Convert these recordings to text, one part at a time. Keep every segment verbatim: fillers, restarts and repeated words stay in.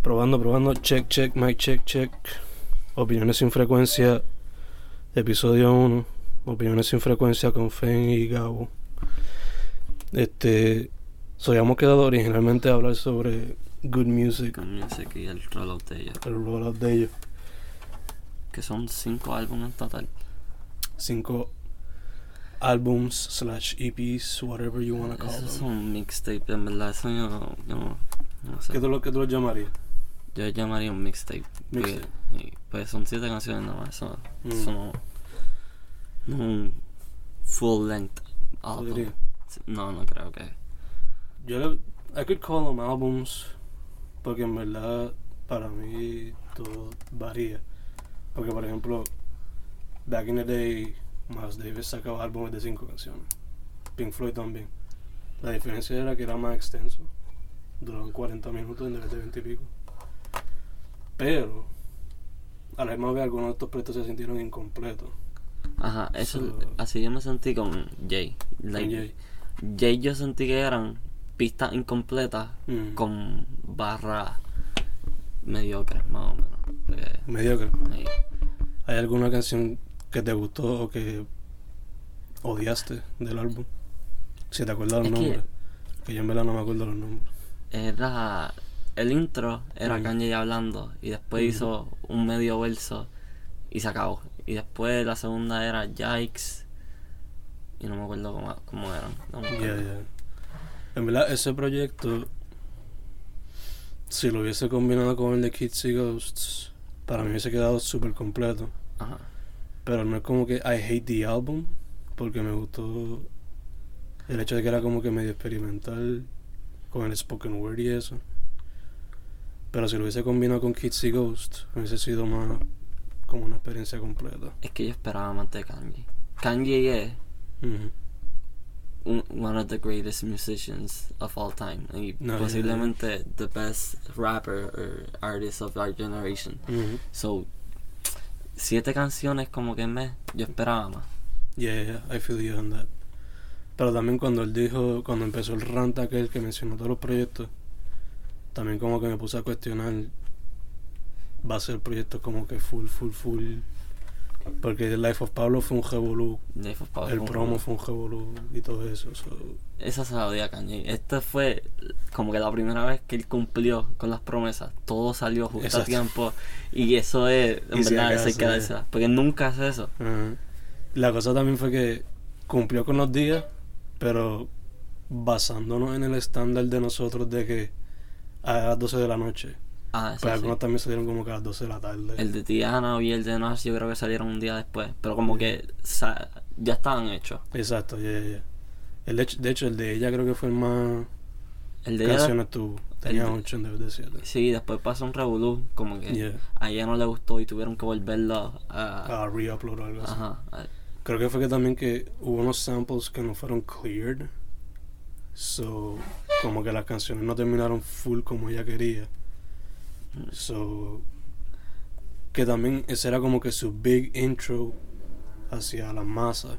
Probando, probando, check, check, mic check, check. Opiniones sin frecuencia, episodio uno. Opiniones sin frecuencia con Fen y Gabo. Este, so, habíamos quedado originalmente a hablar sobre Good Music. Good Music y el rollout de ellos. El rollout de ellos. Que son cinco álbumes en total. Cinco albums slash E Ps, whatever you wanna call Eso them. es un mixtape, en verdad. Eso yo no, yo no, no sé. ¿Qué tú lo, qué tú lo llamarías? Yo llamaría un mixtape. Mixtape. Y, pues son siete canciones nada más. Eso, Mm. eso no, no es un full length ¿Tú album. dirías? No, no creo que. Yo le, I could call them albums, porque en verdad para mí todo varía. Porque por ejemplo, back in the day, Miles Davis sacaba álbumes de cinco canciones. Pink Floyd también. La diferencia era que era más extenso. Duraban cuarenta minutos en vez de veinte y pico. Pero a la misma vez algunos de estos proyectos se sintieron incompletos. Ajá, eso, So- así yo me sentí con Jay. Like, Con Jay. Jay yo sentí que eran pistas incompletas Mm. con barras mediocres, más o menos. Porque, Mediocre. ahí, ¿Hay alguna canción que te gustó o que odiaste del álbum? Si te acuerdas los Es que- nombres. Que yo en verdad no me acuerdo los nombres. era el intro era Mm. Kanye hablando y después Mm. hizo un medio verso y se acabó. Y después la segunda era Yikes y no me acuerdo cómo, cómo eran. No me Ya, acuerdo. ya. En verdad, ese proyecto, si lo hubiese combinado con el de Kids y Ghosts, para mí hubiese quedado súper completo. Ajá. Pero no es como que I hate the album, porque me gustó el hecho de que era como que medio experimental con el spoken word y eso. Pero si lo hubiese combinado con Kids y Ghosts, hubiese sido más como una experiencia completa. Es que yo esperaba más de Kanye. Kanye es Ujú. un, one of the greatest musicians of all time. Y No, posiblemente the best rapper or artist of our generation. Ujú. So, siete canciones como que me, yo esperaba más. Yeah, yeah, I feel you on that. Pero también cuando él dijo, cuando empezó el rant aquel que mencionó todos los proyectos, también como que me puse a cuestionar, va a ser proyectos como que full, full, full. Porque Life of Pablo fue un revolú, Life of Pablo el fue un promo revolú. fue un revolú y todo eso. So, Esa se la doy a Kanye. Esta fue como que la primera vez que él cumplió con las promesas. Todo salió justo Exacto. a tiempo. Y eso es, en Y si verdad, eso hay acaso, que eh. dársela. Porque él nunca hace eso. ajá. La cosa también fue que cumplió con los días, pero basándonos en el estándar de nosotros de que a las doce de la noche. Ah, eso Pues sí. algunos también salieron como que a las doce de la tarde. El de Tiana y el de Nas yo creo que salieron un día después. Pero como que sa- ya estaban hechos. Exacto, ya, ya, ya. El de, hecho, de hecho, el de ella creo que fue el más El de ella, canciones tuvo. Tenía el- ocho en vez de siete. sí, después pasó un revolú. Como que Yeah. a ella no le gustó y tuvieron que volverlo a... A re-upload o algo así. Ajá. a- Creo que fue que también que hubo unos samples que no fueron cleared. So, como que las canciones no terminaron full como ella quería. So, que también ese era como que su big intro hacia la masa.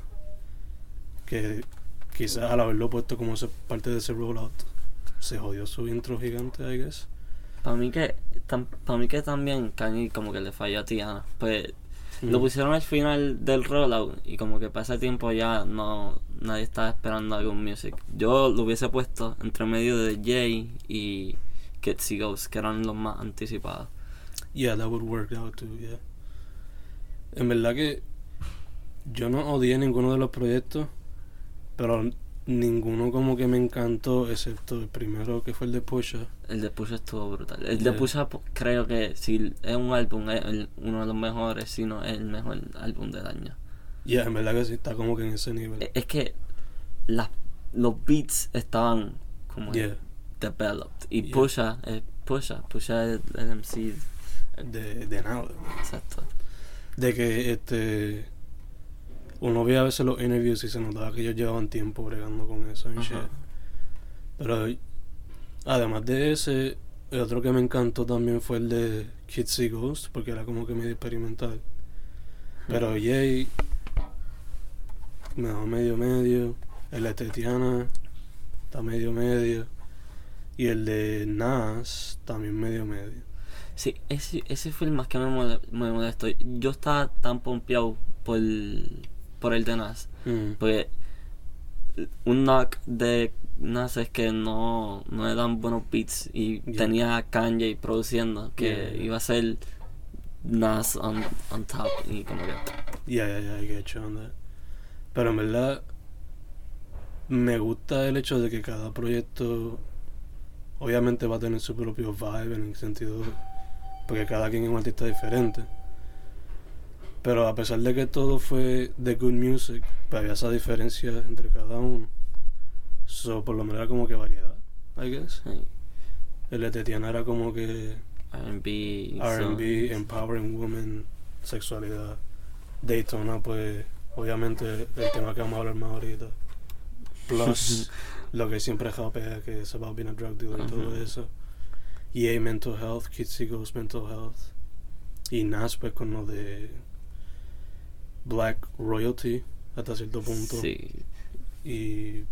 Que quizás al haberlo puesto como ese- parte de ese rollout, se jodió su intro gigante, I guess. Para mí que para mí que también Kanye como que le falló a Tiana. Pues lo Mm. pusieron al final del rollout y como que para ese tiempo ya no nadie estaba esperando algún music. Yo lo hubiese puesto entre medio de Jay y Kids y Ghosts, que eran los más anticipados. Yeah, that would work out too, yeah. En verdad que yo no odié ninguno de los proyectos, pero ninguno como que me encantó, excepto el primero que fue el de Pusha. El de Pusha estuvo brutal. El de Yeah. Pusha po- creo que si es un álbum es el- uno de los mejores, si no es el mejor álbum del año. Yeah, en verdad que sí, está como que en ese nivel. Es es que las los beats estaban como Yeah, developed. Y Yeah. Pusha es Pusha. Pusha es el M C. de, de nada. Exacto. De que este uno veía a veces los interviews y se notaba que ellos llevaban tiempo bregando con eso y Ajá. shit. Pero además de ese, el otro que me encantó también fue el de Kids y Ghost, porque era como que medio experimental. Pero Jay me dejó medio medio. El de Tetiana está medio medio. Y el de Nas también medio medio. Sí, ese, ese fue el más que me, mole, me molestó. Yo estaba tan pompeado por, por el de Nas. Mm. Porque un knock de Nas es que no, no le dan buenos beats. Y Yeah. tenía a Kanye produciendo, que Yeah, yeah. iba a ser Nas on, on top. Y como que. Yeah, yeah, yeah, I get you on that. Pero en verdad, me gusta el hecho de que cada proyecto obviamente va a tener su propio vibe, en el sentido, porque cada quien es un artista diferente. Pero a pesar de que todo fue de good music, pues había esa diferencia entre cada uno. So, por lo menos era como que variedad, I guess. Sí, El de Tetiana era como que R and B. R and B, so- empowering women, sexualidad. Daytona, pues, obviamente el tema que vamos a hablar más ahorita. Plus, lo que siempre japea, que es about being a drug dealer y todo Ujú. eso. E A Mental Health, Kitsy Ghost Mental Health. Y Nas, pues, con lo de Black Royalty, hasta cierto punto. Sí. Y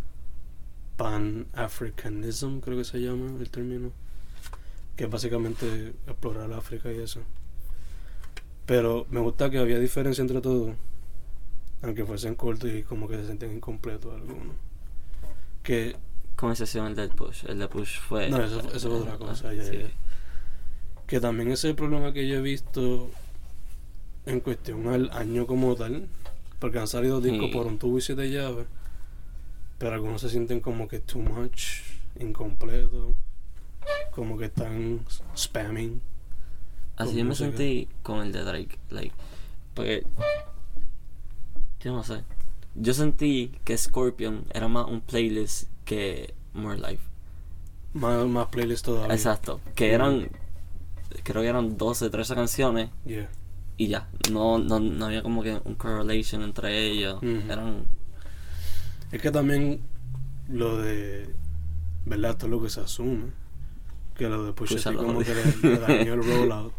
Pan-Africanism, creo que se llama el término. Que es básicamente explorar África y eso. Pero me gusta que había diferencia entre todos, aunque fuesen cortos y como que se sentían incompletos algunos. Que Con excepción el del Push. El de Push fue. no, eso, eso es otra ah, cosa. Ya, sí. ya. Que también ese es el problema que yo he visto en cuestión al año como tal, porque han salido discos Sí. por un tubo y siete llaves, pero algunos se sienten como que too much, incompleto, como que están spamming. Así con yo me música. sentí con el de Drake, like, porque yo no sé, yo sentí que Scorpion era más un playlist que More Life. Más, más playlists todavía. Exacto, que Mm. eran, creo que eran doce, trece canciones Yeah. y ya, no, no, no había como que un correlation entre ellos, Ujú. eran, Es que también lo de, ¿verdad? Todo lo que se asume, que lo de Pusha Pusha T lo como odia. que le, le dañó el rollout.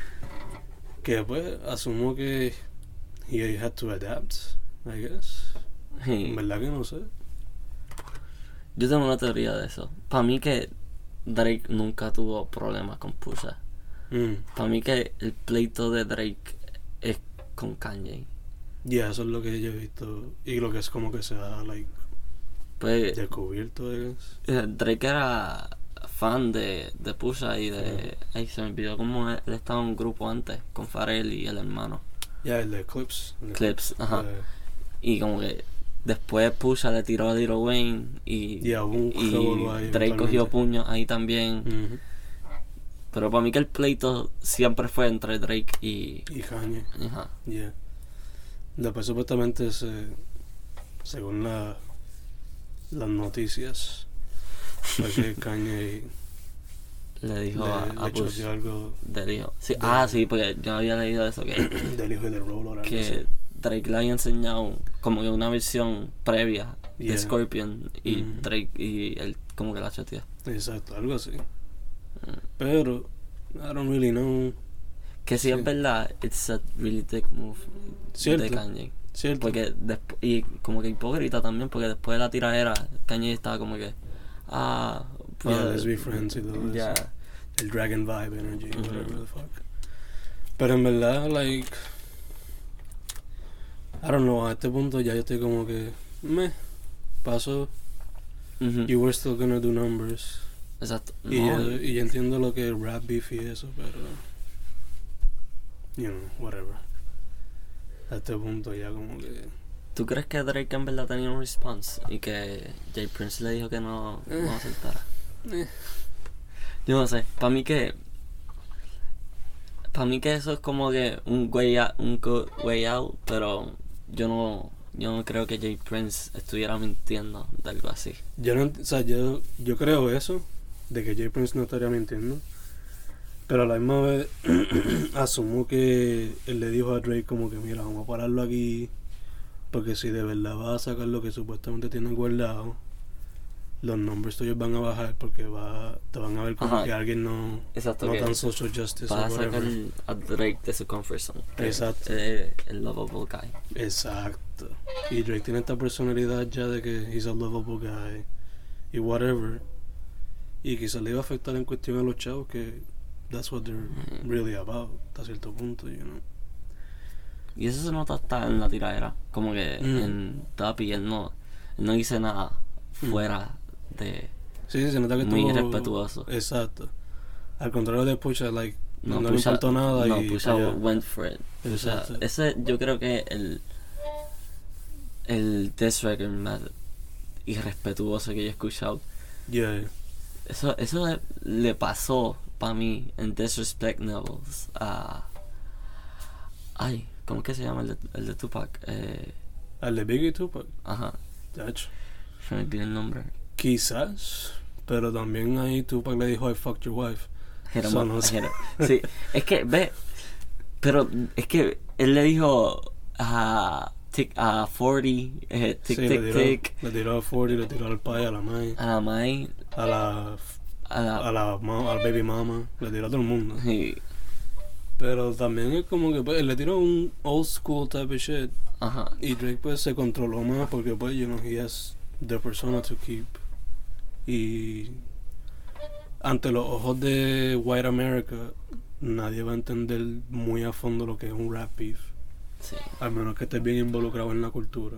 Que pues asumo que he had to adapt, I guess. sí. En verdad que no sé. Yo tengo una teoría de eso. Para mí que Drake nunca tuvo problemas con Pusha. Mm. Para mí que el pleito de Drake es con Kanye. Yeah, eso es lo que yo he visto. Y lo que es como que se ha, like, Pues descubierto, I guess. eh, Drake era fan de, de Pusha y de... Ay, se me olvidó cómo él, él estaba en un grupo antes con Pharrell y el hermano. Ya, el de Clips. el de- Clips, ajá. eh, Y como que después Pusha le tiró a Lil Wayne y, Yeah, hubo un y revolú ahí Drake eventualmente. cogió puños ahí también. ujú. Pero para mí que el pleito siempre fue entre Drake y... Y Kanye. Ajá. Yeah. Después supuestamente se, según la, las noticias, fue que Kanye Le dijo le, a, a le Push. choteó algo Le dijo. Sí, de- ah, sí, porque yo había leído eso, que, del hijo de Rollo. algo que así. Drake le había enseñado como que una versión previa Yeah. de Scorpion y Mhm. Drake y él como que la choteó. Exacto, algo así. Mm. Pero, I don't really know. Que si Sí. es verdad, it's a really dick move Cierto. de Kanye. ¿Cierto? Porque desp- y como que hipócrita también, porque después de la tiradera, Kanye estaba como que, ah, pues, Yeah, let's be friends y todo ya, eso. El Dragon Vibe Energy, Ujú. whatever the fuck. Pero en verdad, like, I don't know, a este punto ya yo estoy como que, meh, pasó. ujú, You were still gonna do numbers. exacto. Y, No, yo, y yo entiendo lo que es rap beef y eso, pero, you know, whatever. A este punto ya como que, ¿Tú crees que Drake en verdad tenía un response y que Jay Prince le dijo que no, Eh. no aceptara? eh, Yo no sé, para mí que para mí que eso es como que un way out, un good way out, pero yo no yo no creo que Jay Prince estuviera mintiendo de algo así. yo no, ent- o sea, yo, yo creo eso, de que Jay Prince no estaría mintiendo, pero a la misma vez asumo que él le dijo a Drake como que mira, vamos a pararlo aquí, porque si de verdad vas a sacar lo que supuestamente tienes guardado, los nombres tuyos van a bajar porque va, te van a ver como Ajá. que alguien no, Exacto, no que tan social justice va a o sacar whatever. a Drake de su comfort zone. que Exacto. es el lovable guy. Exacto. Y Drake tiene esta personalidad ya de que he's a lovable guy y whatever. Y quizás le iba a afectar en cuestión a los chavos que that's what they're really about, hasta cierto punto, you know. Y eso se nota hasta en la tiradera. Como que Mm. en Duppy él no, él no dice nada fuera de... Sí, sí, se nota que Muy estuvo- irrespetuoso. Exacto. Al contrario de Pusha, like, no, No, le Pusha- importó nada no, y... Pusha yeah. went for it. O sea, Exacto. ese yo creo que el el diss record más irrespetuoso que yo he escuchado. Yeah. Eso, eso le, le pasó para mí en Disrespect Levels a... Ay, ¿cómo que se llama el de, el de Tupac? Eh, Al de Biggie Tupac, ajá, tacho. se me olvidó el nombre. Quizás, pero también ahí Tupac le dijo I fucked your wife. Hit 'em So, up, no sé. hit 'em. Sí, es que, ve, pero es que él le dijo a tic, a cuarenta, eh, tic, Sí, tic, le tiró, tic, le tiró a cuarenta, le tiró al pai, a la mai, a la Mai, a la, a la... a la ma- al baby mama, le tiró a todo el mundo. Sí, Pero también es como que pues, le tiró un old school type of shit. ajá, Y Drake pues se controló más porque pues, you know, he has the persona to keep. Y ante los ojos de White America, nadie va a entender muy a fondo lo que es un rap beef. sí. Al menos que estés bien involucrado en la cultura.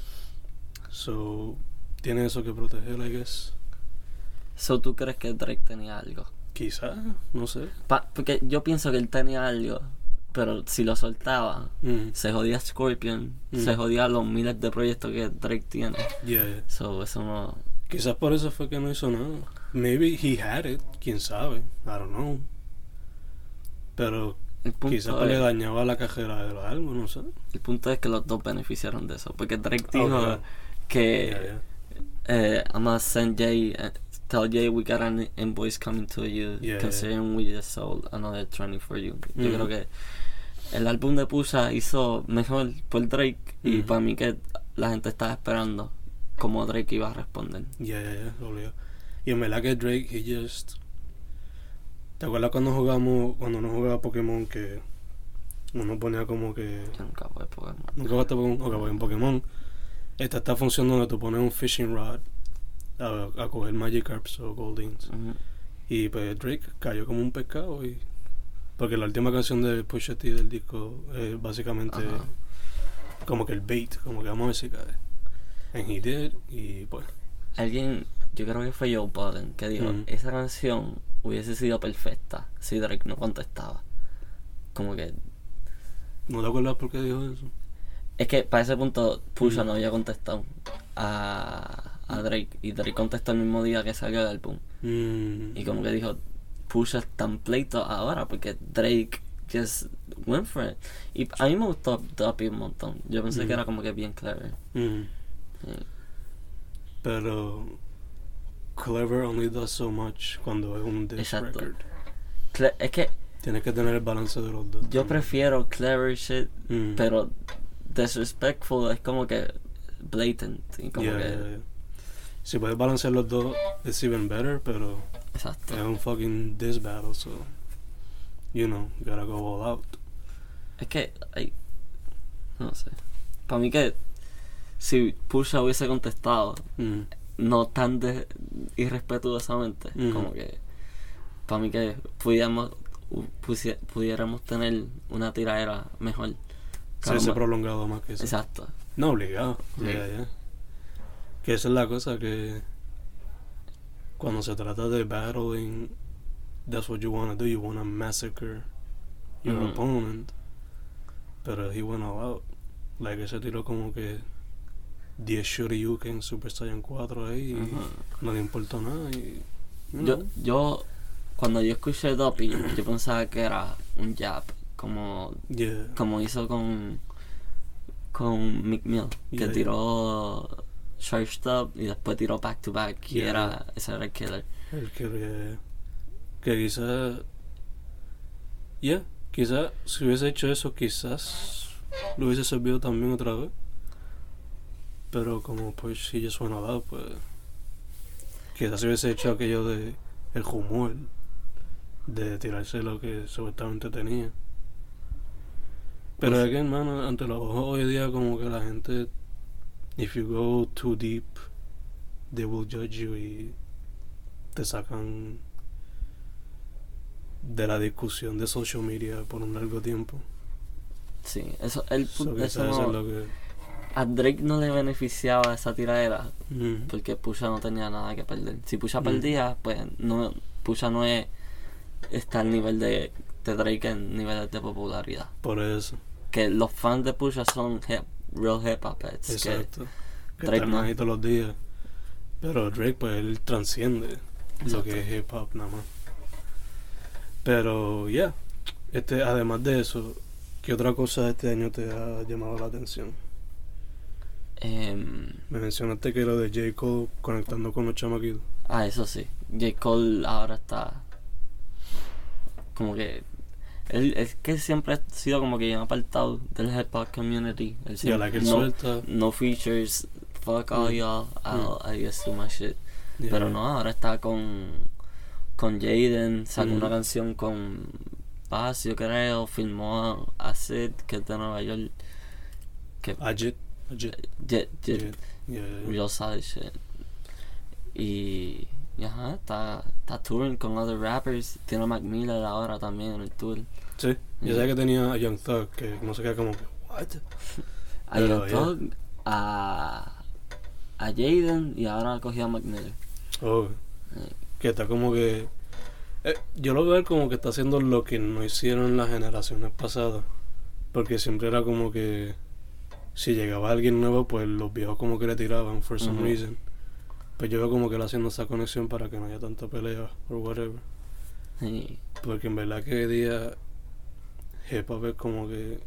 So, tiene eso que proteger, I guess. So, ¿tú crees que Drake tenía algo? Quizás, no sé. Pa- porque yo pienso que él tenía algo, pero si lo soltaba, Mm. se jodía Scorpion, Mm. se jodía los miles de proyectos que Drake tiene. Yeah, yeah. So, eso no... Quizás por eso fue que no hizo nada. Maybe he had it, quién sabe. I don't know. Pero El punto, quizás pues, le es, dañaba la cajera de algo, no sé. el punto es que los dos beneficiaron de eso. Porque Drake dijo Oh, yeah. que Yeah, yeah. eh, I'm gonna send Jay, eh, tell Jay we got an invoice coming to you, Yeah, considering we just sold another twenty for you. Yo Mhm. creo que el álbum de Pusha hizo mejor por Drake y Mhm. para mí que la gente estaba esperando cómo Drake iba a responder. Yeah, yeah, yeah, obligado. Y en verdad que Drake, he just... ¿Te acuerdas cuando jugamos, cuando uno jugaba Pokémon que uno ponía como que... Yo nunca jugué Pokémon. Nunca jugaste Pokémon, ok, pues en Pokémon esta esta función donde tú pones un fishing rod a, a coger Magikarps o Goldings. Ujú. Y pues Drake cayó como un pescado y... Porque la última canción de Pusha T del disco es básicamente Ajá. como que el bait, como que vamos a ver si cae. And he did, y pues... Alguien, yo creo que fue Joe Budden, que dijo, Mhm. esa canción hubiese sido perfecta si Drake no contestaba. Como que... ¿No te acuerdas por qué dijo eso? Es que para ese punto Pusha Mm. no había contestado a, a Drake y Drake contestó el mismo día que salió el álbum Mm. y como que dijo Pusha está en pleito ahora porque Drake just went for it y a mí me gustó Duppy un montón. Yo pensé Mm. que era como que bien clever. Mm. Sí. Pero Clever only does so much cuando es un diss Exacto. record. Cle- es que Tienes que tener el balance de los dos. yo prefiero clever shit Mm. pero disrespectful es como que blatant y como Yeah, que yeah, yeah. Si puedes balancear los dos, it's even better, pero exacto. es un fucking diss battle, so you know, gotta go all out. Es que hay... No sé. Para mí que si Pusha hubiese contestado Mm. no tan de, irrespetuosamente, Mm. como que para mí que pudiéramos u- pusie- pudiéramos tener una tiradera mejor. Se Claro, hubiese ma- prolongado más que eso. Exacto. No obligado. Sí. Yeah, yeah. Que esa es la cosa que cuando se trata de battling, that's what you wanna do. You wanna massacre your Ujú. opponent. Pero he went all out. Like ese tiró como que diez Shoryuken en Super Saiyan cuatro ahí y Ujú. no le importó nada y you Yo, know. yo cuando yo escuché Duppy, yo pensaba que era un jab, como Yeah. como hizo con con Meek Mill, que Yeah, tiró Charged Up y después tiró Back to Back y Yeah. era ese era el killer. El que, eh, que quizás, yeah, quizás si hubiese hecho eso, quizás lo hubiese servido también otra vez. Pero como pues si ya suena dado, pues quizás si hubiese hecho aquello de el humor, de tirarse lo que supuestamente tenía. Pero Pues- es que, hermano, ante los ojos hoy día como que la gente, if you go too deep, they will judge you y te sacan de la discusión de social media por un largo tiempo. Sí, eso, él, So, eso quizás no, eso es lo que... a Drake no le beneficiaba esa tiradera Mm. porque Pusha no tenía nada que perder. Si Pusha Mm. perdía, pues no, Pusha no es, está al nivel de, de Drake en niveles de popularidad. Por eso. Que los fans de Pusha son hip, real hip hop heads. Exacto. Que, Drake están no. ahí todos los días. Pero Drake, pues él transciende Exacto. lo que es hip hop nada más. Pero, ya. Yeah, este, además de eso, ¿qué otra cosa este año te ha llamado la atención? Eh, Me mencionaste que lo de J. Cole conectando con los chamaquitos. ah, eso sí. J. Cole ahora está como que él es que siempre ha sido como que bien apartado del hip hop community. Él Ya, siempre, la que él no, suelta. no features, fuck all Mm. y'all, I'll, I guess do my shit. Yeah. Pero no, ahora está con con Jaden, sacó Mm. una canción con Paz, yo creo, filmó a Sid, que es de Nueva York, que Ajit. Ajit. Jet, Jet, Jet. Yeah, yeah. real solid shit. Y, y ajá, está, está touring con other rappers. Tiene a Mac Miller ahora también en el tour. Sí. Yo Mm. sabía que tenía a Young Thug, que no se queda como que, what? A Pero, Young yeah. Thug, a, a Jaden y ahora ha cogido a Mac Miller. Oh, que está como que... eh, yo lo veo como que está haciendo lo que no hicieron las generaciones pasadas. Porque siempre era como que... Si llegaba alguien nuevo, pues los viejos como que le tiraban, for some Ujú. reason. Pues yo veo como que él haciendo esa conexión para que no haya tanta pelea, o whatever. Y, Porque en verdad que hoy día... Hip hop es como que...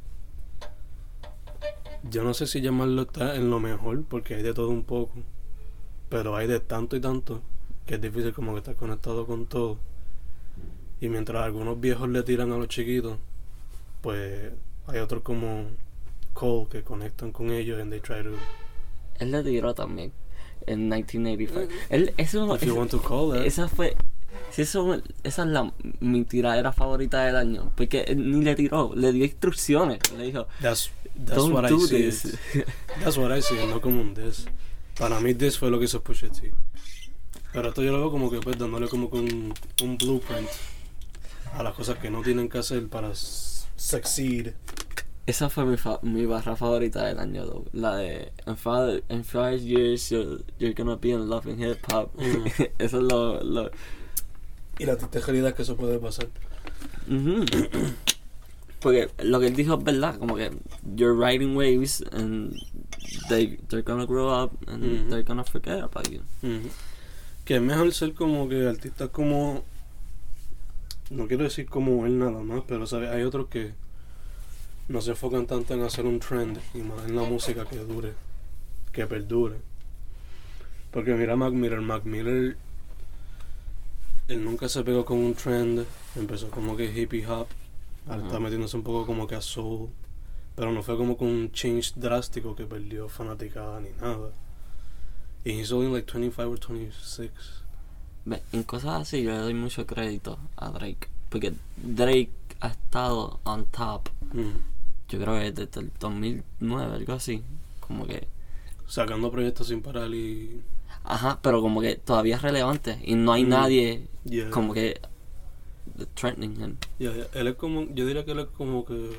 Yo no sé si llamarlo está en lo mejor, porque hay de todo un poco. Pero hay de tanto y tanto que es difícil como que estar conectado con todo. Y mientras algunos viejos le tiran a los chiquitos, pues hay otros como Cole que conectan con ellos and they try to... él le tiró también en nineteen eighty-five. Él, eso, If you eso- want to call that. esa fue... Si eso, esa es la, mi tiradera favorita del año. Porque él ni le tiró, le dio instrucciones. Le dijo, That's, that's don't what I do see. this. it. That's what I see, it, no como un this. Para mí this fue lo que hizo Pusha T. Pero esto yo lo veo como que pues dándole como que un, un blueprint a las cosas que no tienen que hacer para s- succeed. Esa fue mi, fa mi barra favorita del año, though. La de in five, in five years you're, you're gonna be in love in hip hop. Mm. Eso es lo... lo Y la triste realidad es que eso puede pasar. Ujú. Porque lo que él dijo es verdad, como que you're riding waves and they, they're gonna grow up and Ujú. they're gonna forget about you. Ujú. Que es mejor ser como que artistas como... No quiero decir como él nada más, pero ¿sabes? Hay otros que no se enfocan tanto en hacer un trend y más en la música que dure, que perdure. Porque mira a Mac Miller, Mac Miller, él nunca se pegó con un trend, empezó como que hippie hop, ahora Ajá. está metiéndose un poco como que a soul, pero no fue como con un change drástico que perdió fanaticada ni nada. Y he's only like twenty-five or twenty-six. Ve, en cosas así yo le doy mucho crédito a Drake. Porque Drake ha estado on top, Mm. yo creo que desde el dos mil nueve, algo así. Como que... Sacando proyectos sin parar y... Ajá, pero como que todavía es relevante. Y no hay Mm. nadie Yeah. como que... threatening him. Yeah, yeah. Él es como... Yo diría que él es como que...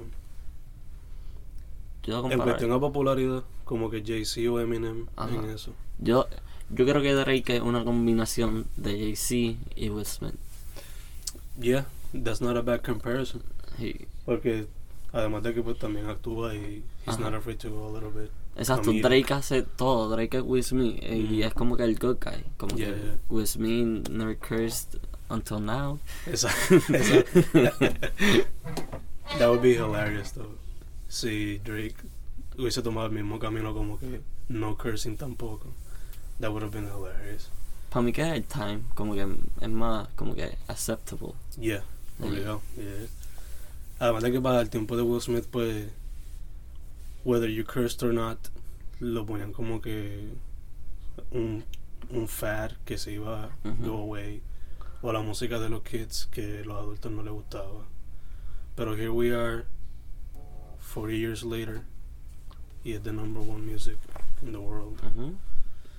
Yo lo En comparo- cuestión a popularidad, como que Jay-Z o Eminem Ajá. en eso. Yo, yo creo que Drake es una combinación de Jay-Z y Will Smith. Yeah, that's not a bad comparison. Y- Porque además de que pues también actúa y he's Ajá. not afraid to go a little bit. exacto, Amigo. Drake hace todo. Drake es Will Smith y Mm. es como que el good guy. Como Yeah, que yeah. Will Smith never cursed until now. Exacto. Exacto. That would be hilarious though. Si Drake hubiese tomado el mismo camino como que no cursing tampoco. That would have been hilarious. Para mí que es el time, como que es más como que acceptable. Yeah, Yeah. obligado. Yeah. Además de que para el tiempo de Will Smith, pues, whether you cursed or not, lo ponían como que un, un fad que se iba a Ujú. go away, o la música de los kids que los adultos no les gustaba. Pero here we are, forty years later, y es the number one music in the world. Ujú.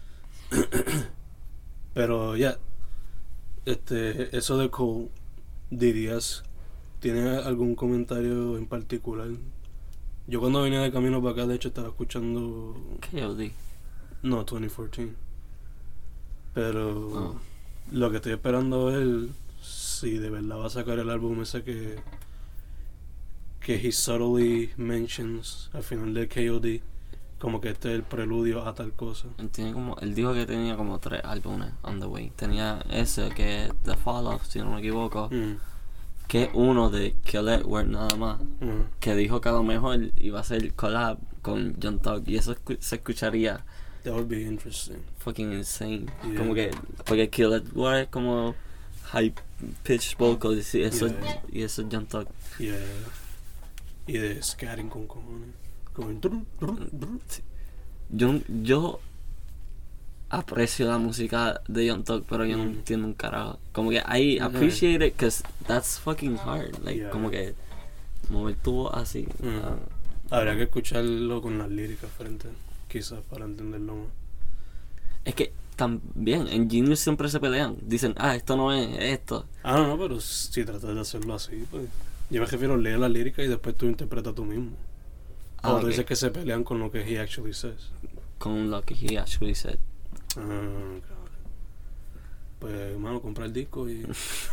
Pero ya, este, eso de Cole, dirías, ¿tienes algún comentario en particular? Yo cuando venía de camino para acá, de hecho, estaba escuchando... K O D. No, twenty fourteen. Pero Oh. lo que estoy esperando es si de verdad va a sacar el álbum ese que que he subtly mentions al final de K O D, como que este es el preludio a tal cosa. Él, tiene como, él dijo que tenía como tres álbumes on the way. Tenía ese que es The Fall Off, si no me equivoco, Mm. que es uno de Kill Edward nada más, Mm. que dijo que a lo mejor iba a ser collab con Young Thug y eso escu- se escucharía That would be interesting. fucking insane. Yeah. Como que, porque Kill Edward es como high pitched vocals y eso, Yeah. y eso es Young Thug. Yeah. Y de scatting con cojones. Con tru, tru, tru. Yo, yo aprecio la música de Young Thug, pero yo no Mm. entiendo un carajo. Como que I Yeah. appreciate it because that's fucking hard. Like, Yeah. como que mover tu voz así. Mm. ah, Habría que escucharlo con las líricas frente, quizás, para entenderlo más. Es que también en Genius siempre se pelean. Dicen, ah, esto no es esto. Ah, no, no, pero si tratas de hacerlo así, pues... Yo me refiero a leer la lírica y después tú interpretas tú mismo. Ah, o tú ok. dices que se pelean con lo que he actually says. Con lo que he actually said. Ah, claro. Pues, hermano, compra el disco y...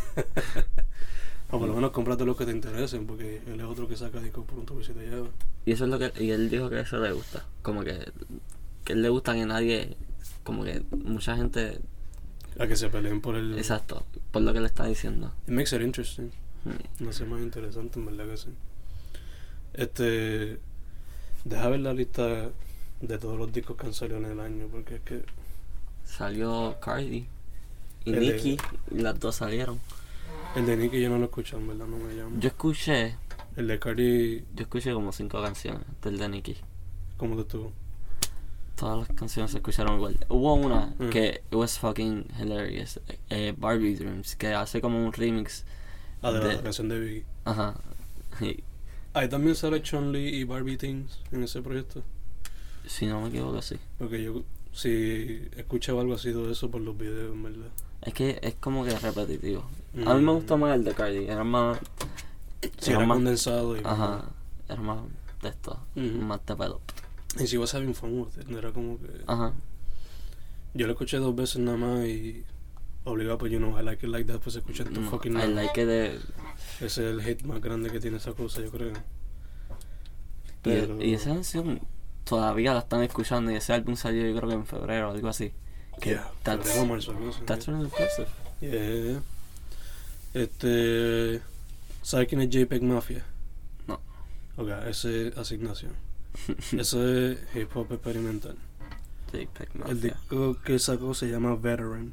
o por lo menos cómprate los que te interesen, porque él es otro que saca discos por un tubo y se te lleva. Y eso es lo que. Y él dijo que eso le gusta. Como que. Que él le gusta que nadie. Como que mucha gente. A que se peleen por el... Exacto. Por lo que le está diciendo. It makes it interesting. Hmm. No sé, más interesante, en verdad que sí. Este... Deja ver la lista de todos los discos que han salido en el año, porque es que... Salió Cardi y El de- Nicki. Y las dos salieron. El de Nicki yo no lo he escuchado, en verdad, no me llama. Yo escuché. El de Cardi, Yo escuché como cinco canciones del de Nicki. ¿cómo que estuvo? Todas las canciones se escucharon igual. Hubo una Mm. que it was fucking hilarious. Eh, Barbie Dreams, que hace como un remix. Ah, de, De- la canción de Biggie. Ajá. Y, Ahí también sale Chun-Li y Barbie Things en ese proyecto. si no me equivoco, sí. Porque yo, si escuchaba algo así de eso por los videos, en verdad. Es que es como que repetitivo. A mí me Mm. gustó más el de Cardi. Era más. Sí, era era más. condensado y... Ajá. Era más de esto. Ujú. Más developed. Y si was having fun with it, no era como que... Ajá. Yo lo escuché dos veces nada más y... Obligado, pues, you know, I like it like that, pues escuché tu No, fucking... I like it de. Ese es el hate más grande que tiene esa cosa, yo creo. Y, Pero... y esa canción todavía la están escuchando. Y ese álbum salió, yo creo que en febrero o algo así. Que Yeah, that's, febrero, marzo, algo así. that's really impressive. Yeah. Este... ¿Sabes quién es JPEG Mafia? No. Ok, ese es Asignación. Eso es hip hop experimental. JPEG El Mafia. disco que sacó se llama Veteran.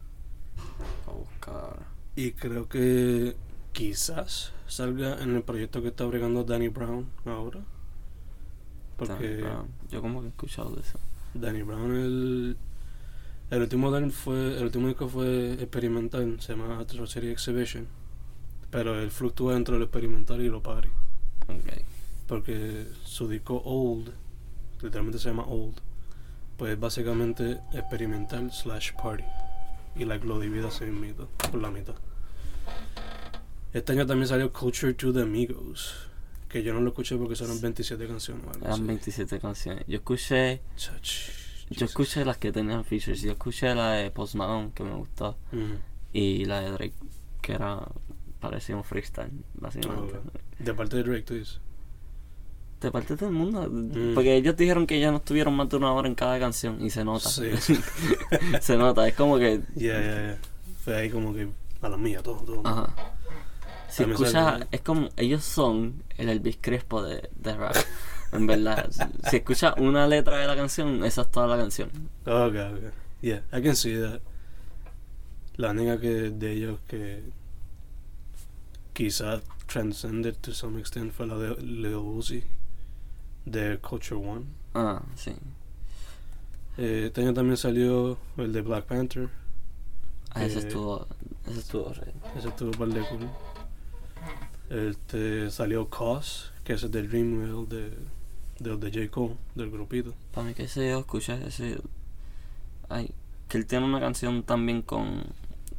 Oh, God. Y creo que quizás salga en el proyecto que está bregando Danny Brown ahora. Porque Danny Brown. Yo como que he escuchado de eso. Danny Brown, el, el último Danny fue, el último disco fue experimental, se llama Atrocity Exhibition. Pero él fluctúa entre lo experimental y lo party. Okay. Porque su disco Old, literalmente se llama Old, pues es básicamente experimental slash party. Y like, lo divide así mismo, por la mitad. Este año también salió Culture to the Amigos, que yo no lo escuché porque son veintisiete canciones o algo Eran así. veintisiete canciones. Yo escuché. Chach, Yo Jesus. escuché las que tenían features. Yo escuché la de Post Malone, que me gustó. Ujú. Y la de Drake, que era. Parecía un freestyle, básicamente. Ah, ok. De parte de Drake, tú dices. De parte de todo el mundo. Mm. Porque ellos dijeron que ya no estuvieron más de una hora en cada canción. Y se nota. Sí. Se nota. Es como que. Yeah, yeah, yeah. Fue ahí como que a la mía, todo, todo. Ajá. Si También escuchas, sale- es como, ellos son el Elvis Crespo de, de rap, en verdad. Si, si escuchas una letra de la canción, esa es toda la canción. Ok, ok. Yeah, I can see that. La única que de ellos que quizás transcended to some extent fue la de Lil Uzi, de Culture One. Ah, sí. Eh, este año también salió el de Black Panther. Ah, ese Eh, estuvo, ese estuvo re. Ese estuvo par de cool. Este, salió Cause, que es el de Dreamville de, de, de J. Cole, del grupito. Para mí que ese yo escuché, ese... Ay, que él tiene una canción también con,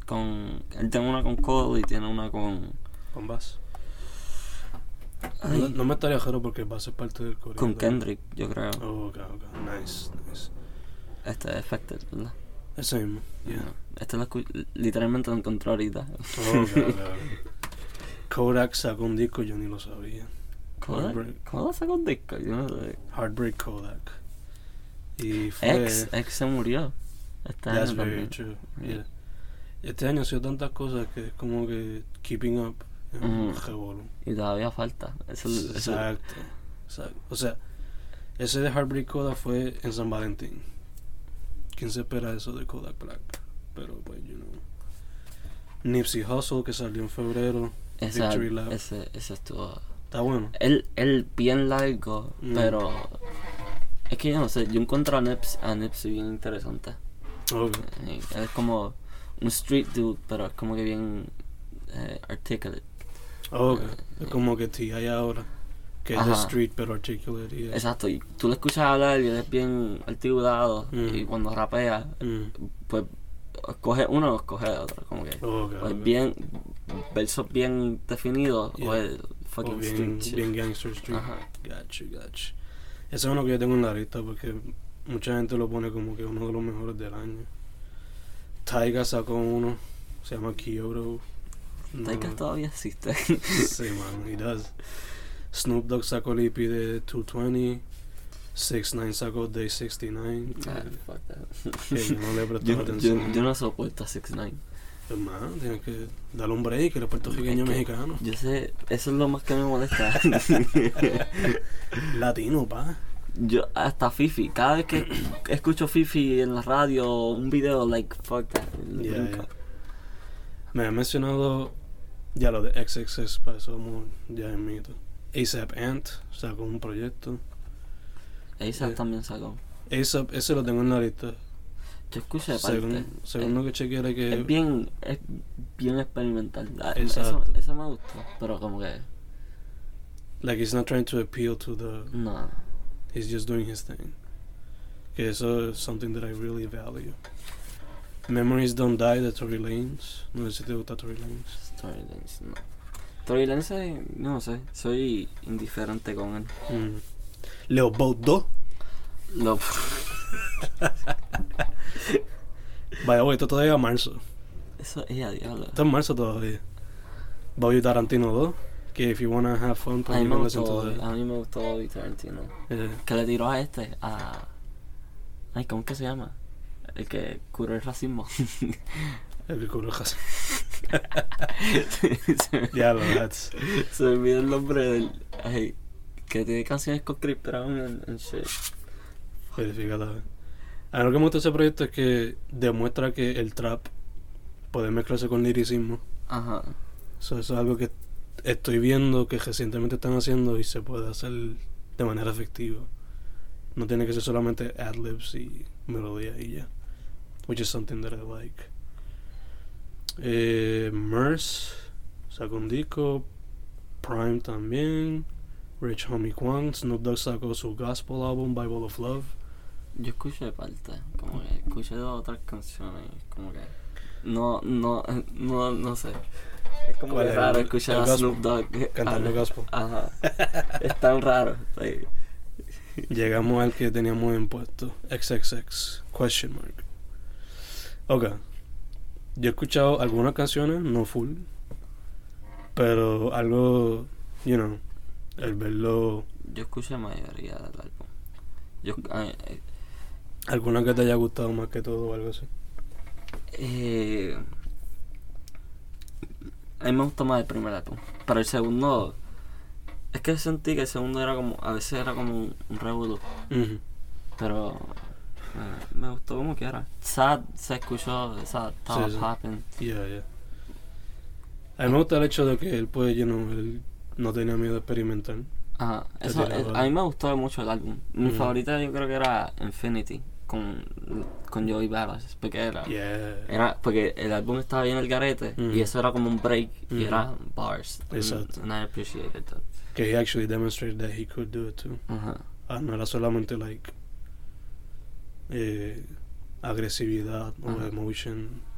con él tiene una con Cole y tiene una con Con Bass. ay, No, no me estaría raro porque Bass es parte del coreo. con Kendrick, yo creo. Oh, ok, ok. Nice, nice. Este es Affected, ¿verdad? Ese mismo, yeah. No, este lo escu- literalmente lo encontré ahorita. Oh, ok, ok. Kodak sacó un disco, yo ni lo sabía. ¿Cómo, Heartbreak. ¿Cómo lo sacó un disco? Yo no sé. Heartbreak Kodak. Y fue... Ex, Ex se murió. Este That's año very también. true, Yeah. yeah. Este año ha sido tantas cosas que es como que keeping up es un Ujú. revolú. Y todavía falta. Eso, eso, Exacto, exacto. O sea, ese de Heartbreak Kodak fue en San Valentín. ¿Quién se espera eso de Kodak Black? Pero pues, you know. Nipsey Hussle que salió en febrero. ese, Victory Lap. ese, ese estuvo. Está bueno. Él, él bien largo, Mm. pero. Es que yo no sé, yo encuentro a Nips, a Nipsey bien interesante. Okay. Eh, Él es como un street dude, pero es como que bien eh, articulate. Okay. Eh, Es como que T I ahora. Que es Ajá. de street pero articulate. Yeah. Exacto, y tú lo escuchas hablar y él es bien articulado. Mm. Y cuando rapea, Mm. pues escoge uno o escoge otro. Como que. Okay, O es okay. bien. Versos bien definidos Yeah. o es O fucking bien, street shit. bien gangster street. Ajá. Gotcha, gotcha. Ese es uno que yo tengo en la lista porque mucha gente lo pone como que uno de los mejores del año. Tyga sacó uno, se llama Kyoto. No, Tyga todavía existe. sí, man, he does. Snoop Dogg sacó el E P de doscientos veinte. six ix sacó Day sesenta y nueve. Ah, que- fuck that. que yo no le he prestado Yo, atención. yo, yo no soporto a six ix. Pues, man, tienes que darle un break, que eres puertorriqueño Es que mexicano. Yo sé, eso es lo más que me molesta. Latino, pa. Yo, hasta Fifi, cada vez que escucho Fifi en la radio o un video, like, fuck that. Yeah, Brinco. yeah. Me ha mencionado ya lo de X X X, para eso vamos ya en mito. A$AP Ant sacó un proyecto. A$AP Eh, también sacó. A$AP, ese lo tengo en la lista. Yo escuché parte. Según, según lo que chequeé que... Es bien, es bien experimental. Ah, Eso, Exacto. eso me gustó, pero como que, Like, he's not trying to appeal to the... no. He's just doing his thing. Que eso es something that I really value. Memories Don't Die de Tory Lanez. No sé si te gusta Tory Lanez. Storylines, no. Storylines, eh, no sé, soy indiferente con él. Mm. Leo Boat dos. Lo, Vaya, güey, esto todavía es marzo. eso es a diablo. Esto es marzo todavía. Bobby Tarantino dos. Que if you wanna have fun, pues A mí you me can listen gustó, to that. a mí me gustó Bobby Tarantino. Yeah. Que le tiró a este, a... Ay, ¿cómo que se llama? El que curó el racismo. El que cubre el jazz. se, Ya lo that's. se me olvidó el nombre del... Ay, que tiene canciones con Chris Brown en, en shit. Verifica la vez. A mí lo que me gusta de ese proyecto es que demuestra que el trap puede mezclarse con liricismo. Ajá. So, eso es algo que estoy viendo que recientemente están haciendo y se puede hacer de manera efectiva. No tiene que ser solamente ad-libs y melodía y ya. Which is something that I like. Eh, Merce sacó un disco. Prime también. Rich Homie Quan. Snoop Dogg sacó su gospel album Bible of Love. Yo escuché parte, como que escuché dos otras canciones, como que no, no, no, no sé. Es como ¿Cuál que es? raro El- escuchar el a gospel, Snoop Dogg cantando ah, gospel. Ajá. Es tan raro. Like, Llegamos al que teníamos en puesto. X X X. Question mark. Ok. Yo he escuchado algunas canciones, no full. Pero algo, you know, el verlo. yo escuché la mayoría del álbum. Yo, ah, eh, Alguna que te haya gustado más que todo o algo así. eh, a mí me gustó más el primer álbum. Pero el segundo, es que sentí que el segundo era como, a veces era como un, un revolú. Ujú. Pero eh, me gustó como quiera. Sad se escuchó, Sad estaba Sí, sí. popping. Yeah, yeah. A mí me gusta el hecho de que él, pues, you know, él no tenía miedo de experimentar. Ajá, Te eso, tiraba. eh, a mí me gustó mucho el álbum. Mi Mm. favorita yo creo que era Infinity con, con Joey Badass, porque era, Yeah. era porque el álbum estaba bien el garete Mm. y eso era como un break Mm. y era bars. Exacto. And, and I appreciated that. Que he actually demonstrated that he could do it too. Ajá. Ah, no era solamente, like, eh, agresividad o Ajá. emotion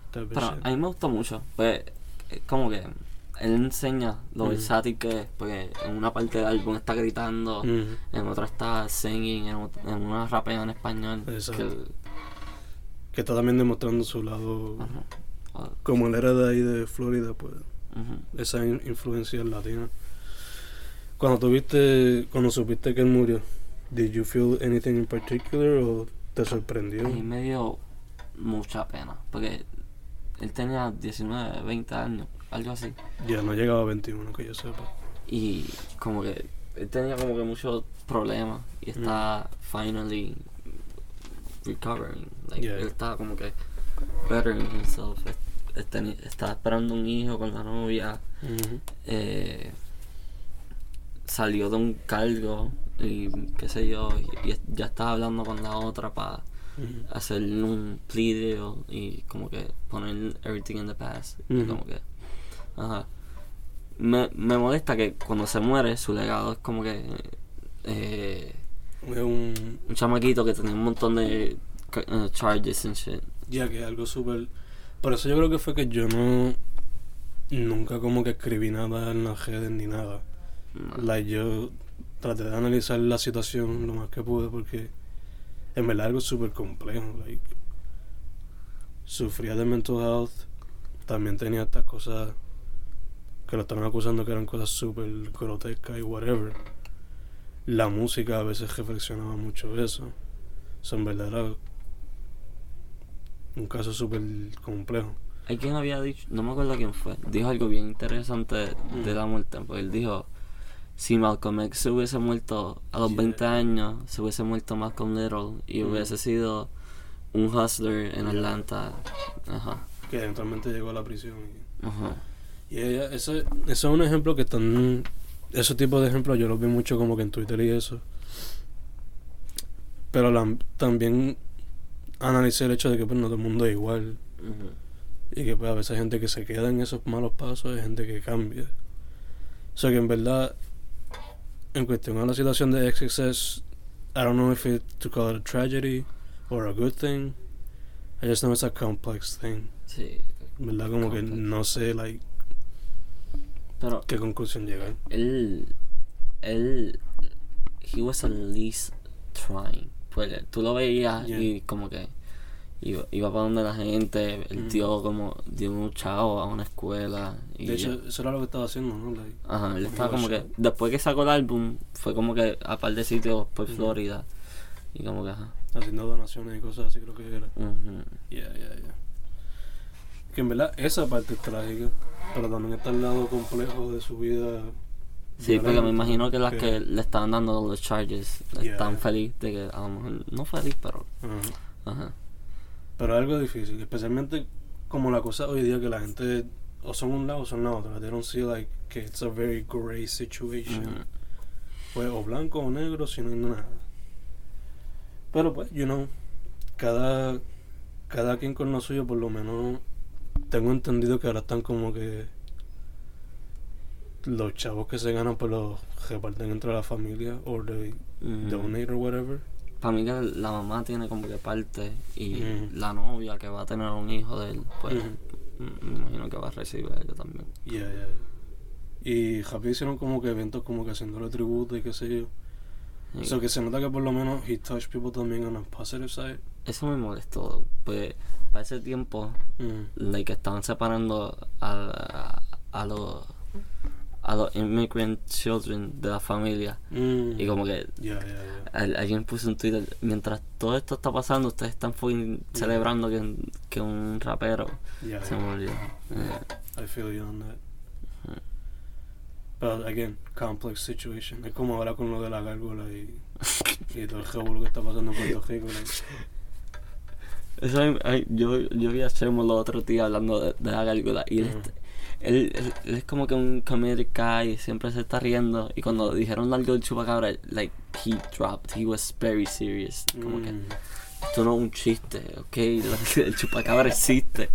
type of Pero shit. a mí me gustó mucho. Pues, es como que él enseña lo Mm. versátil que es. Porque en una parte del álbum está gritando, Mm. en otra está singing, en, ot- en una rapea en español. Exacto. Que, Que está también demostrando su lado. ajá. Ah, Como él era de ahí de Florida, pues ujú. esa in- influencia latina. Cuando tuviste, cuando supiste que él murió, did you feel anything in particular o te sorprendió? A mí me dio mucha pena. Porque él tenía diecinueve, veinte años, algo así. Ya no llegaba a veintiuno, que yo sepa. Y como que él tenía como que muchos problemas. Y está finally recovering. Like, Yeah. Él estaba como que bettering himself. Es- es teni- Estaba esperando un hijo con la novia. Ujú. eh, Salió de un cargo y qué sé yo. Y, y ya estaba hablando con la otra para Ujú. hacer un plea deal y como que poner everything in the past. Y Ujú. como que, ajá. Me, me molesta que cuando se muere su legado es como que eh, Es un. un chamaquito que tenía un montón de ca- eh, charges and shit. Ya que es algo súper. Por eso yo creo que fue que yo no. Nunca como que escribí nada en las redes ni nada. No. Like, yo traté de analizar la situación lo más que pude porque en verdad algo súper complejo. Like, sufría de mental health, también tenía estas cosas que lo estaban acusando que eran cosas súper grotescas y whatever. La música a veces reflexionaba mucho eso. So, en verdad era un caso súper complejo. Hay quien había dicho, no me acuerdo quién fue, dijo algo bien interesante de la muerte, porque él dijo, si Malcolm X se hubiese muerto a los Yeah. veinte años, se hubiese muerto Malcolm Little y Mm. hubiese sido un hustler en Yeah. Atlanta. Ajá, Que eventualmente llegó a la prisión. Y, ajá. y ella, eso, eso es un ejemplo que están. Ese tipo de ejemplos yo los vi mucho como que en Twitter y eso. Pero la- también analicé el hecho de que pues no todo el mundo es igual. Ujú. Y que pues a veces hay gente que se queda en esos malos pasos y hay gente que cambia. O sea que en verdad, en cuestión a la situación de X X S, I don't know if it to call it a tragedy or a good thing. I just know it's a complex thing. Sí, En verdad como que Complex. no sé like pero qué conclusión llegar. él, él, he was at least trying. Pues tú lo veías Yeah. y como que iba, iba para donde la gente, él Mm. dio como, dio un chavo a una escuela. Y De hecho, eso era lo que estaba haciendo, ¿no? Like, ajá, él estaba Como como que, shot. después que sacó el álbum, fue como que a par de sitios por Ujú. Florida. Y como que, ajá. haciendo donaciones y cosas así creo que era. Ujú. Yeah, yeah, yeah. Que en verdad esa parte es trágica, pero también está el lado complejo de su vida. Sí, porque me violenta, imagino que las que le estaban dando los charges Yeah. están feliz de que, a lo mejor, no feliz, pero, Ajá. ajá. Pero es algo difícil, especialmente como la cosa hoy día que la gente o son un lado o son la otra. They don't see like que it's a very gray situation. Ujú. Pues o blanco o negro, si no hay nada. Pero pues, you know, cada, cada quien con lo suyo, por lo menos tengo entendido que ahora están como que los chavos que se ganan pues los reparten entre la familia o they Ujú. donate or whatever. Para mí que la mamá tiene como que parte y Ujú. la novia que va a tener un hijo de él, pues Ujú. m- me imagino que va a recibir ella también. Yeah, yeah, yeah. Y rápido hicieron como que eventos como que haciéndole tributo y qué sé yo. Y O sea que se nota que por lo menos he touched people también on a positive side. eso me molestó, pues para ese tiempo, Mm. like, estaban separando a, a, a los a los immigrant children de la familia Mm. y como que Yeah, yeah, yeah. al- alguien puso un Twitter, mientras todo esto está pasando, ustedes están fucking celebrando que, que un rapero Yeah, se yeah. murió. Eh, I feel you on that. Ujú. Pero, again, complex situation. Es como ahora con lo de la gárgola y, y todo el revuelo que está pasando en Puerto Rico. Like. Eso, ay, ay, yo, yo vi a Chemo los otros días hablando de, de la gárgola y él, Ujú. est- él, él, él es como que un comedic guy y siempre se está riendo y cuando dijeron algo del chupacabra, like, he dropped, he was very serious, como que Mm. esto no es un chiste, ok, el chupacabra existe.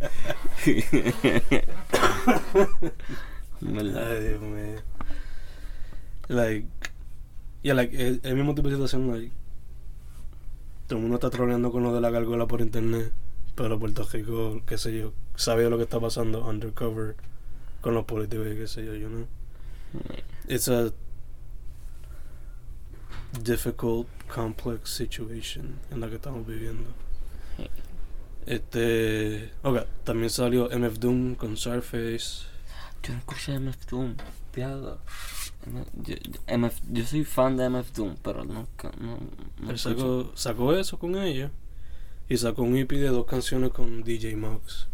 ¿Verdad? Ay, Dios mío. Like, yeah, like, el, el mismo tipo de situación, like, todo el mundo está troleando con lo de la gárgola por internet, pero Puerto Rico, qué sé yo, sabe lo que está pasando undercover con los políticos y qué sé yo, you know. It's a difficult, complex situation en la que estamos viviendo. Este, ok, también salió M F Doom con Scarface. Yo no escuché M F Doom, diablo. M- Yo, yo- M F, yo soy fan de M F Doom, pero nunca, no, no Él escucho. sacó, sacó eso con ella y sacó un E P de dos canciones con D J Muggs.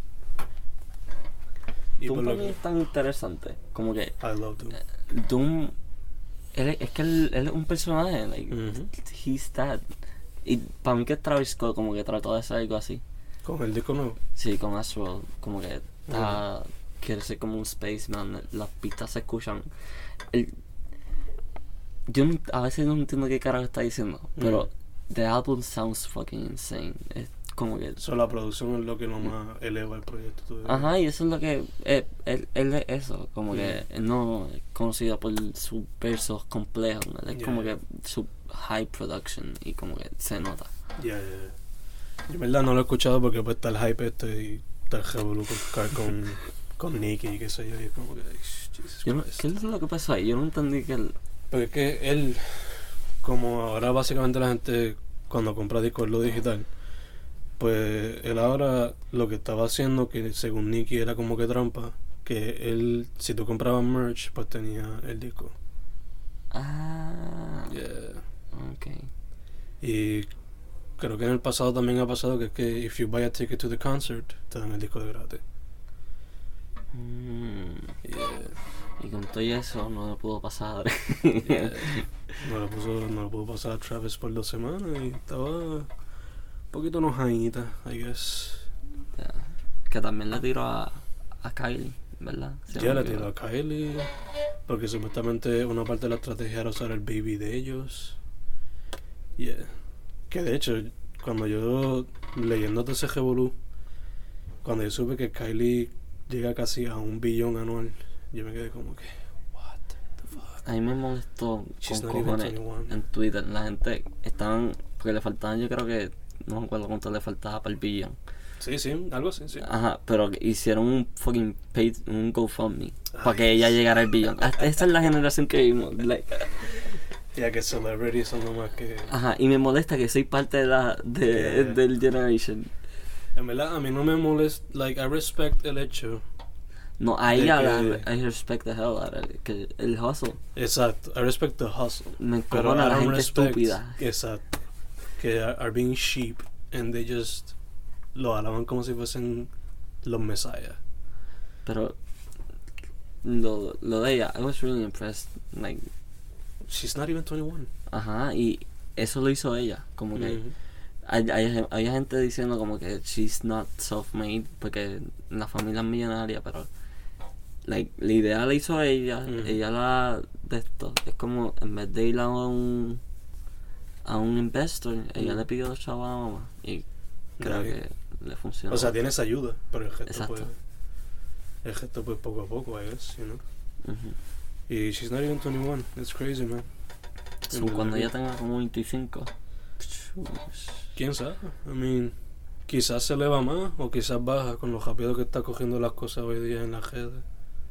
Y Doom por para lo mí que, es tan interesante, como que I love Doom. Doom, él, es es que él, él es un personaje, like, Ujú. he's that. Y para mí que Travis Scott como que trató de hacer algo así. Con el disco nuevo. Sí, con Astral, como que está, quiere ser como un spaceman, las pistas se escuchan. El, yo no- a veces no entiendo qué carajo está diciendo, pero the album sounds fucking insane. Es como que... So, la producción es lo que nomás eleva el proyecto. todavía. Ajá, y eso es lo que... eh, él, él es eso, como que Mm. él no es conocido por sus versos complejos, ¿no? Es Yeah. como que su high production y como que se nota. Ya, ya, ya. Yo en verdad no lo he escuchado porque pues está el hype este y está el revolú con, con, con Nicky y qué sé yo. Y es como que, ay, Jesus Yo no, Christ. ¿Qué es lo que pasó ahí? Yo no entendí que él... Porque es que él, como ahora básicamente la gente cuando compra discos es lo digital, pues él ahora lo que estaba haciendo, que según Nicky era como que trampa, que él, si tú comprabas merch, pues tenía el disco. Ah, Yeah. ok. Y creo que en el pasado también ha pasado que es que if you buy a ticket to the concert, te dan el disco de gratis. Mm, Yeah. y con todo eso no me pudo pasar. Yeah. No lo puso, no lo pudo pasar a Travis por dos semanas y estaba un poquito enojadita, I guess. Ya. Que también le tiró a, a Kylie, ¿verdad? Si no Ya me le tiró equivoco. a Kylie, porque supuestamente una parte de la estrategia era usar el baby de ellos. Yeah. Que de hecho, cuando yo, leyendo todo ese revolú, cuando yo supe que Kylie llega casi a un billón anual, yo me quedé como que, what the fuck. A mí me molestó She's con not even cojones twenty-one. en Twitter. La gente estaban... Porque le faltaban, yo creo que... No me acuerdo cuánto le faltaba para el billón. Sí, sí, algo así, sí. Ajá, pero hicieron un fucking page, un GoFundMe para Ay, que ella llegara al billón. Hasta esa es la generación que vimos. Like, Ya que celebrities son nomás que... ajá, y me molesta que soy parte de la de, Yeah. del generation. En verdad, a mí no me molesta, like, I respect el hecho. No, a De ella que- la, I respect the hell out of it, que el hustle. Exacto, I respect the hustle. Me Pero encojona I la don't gente respect, estúpida. exacto, que are, are being sheep and they just lo alaban como si fuesen los messiah. Pero lo, lo de ella, I was really impressed. Like, She's not even twenty-one. ajá, y eso lo hizo ella. Como que Mhm. hay, hay, hay gente diciendo como que she's not self-made porque la familia es millonaria, pero like, la idea la hizo ella, Ujú. ella la de esto, es como en vez de ir a un a un investor, ella Ujú. le pidió los chavos a la mamá y creo Right. que le funcionó. O sea, tienes ayuda, pero el gesto Exacto. pues el gesto pues poco a poco, I guess, you know. Ujú. Y she's not even twenty-one. It's crazy, man. So, En verdad cuando que- ella tenga como veinticinco, quién sabe. I mean, quizás se eleva más o quizás baja con lo rápido que está cogiendo las cosas hoy día en las redes.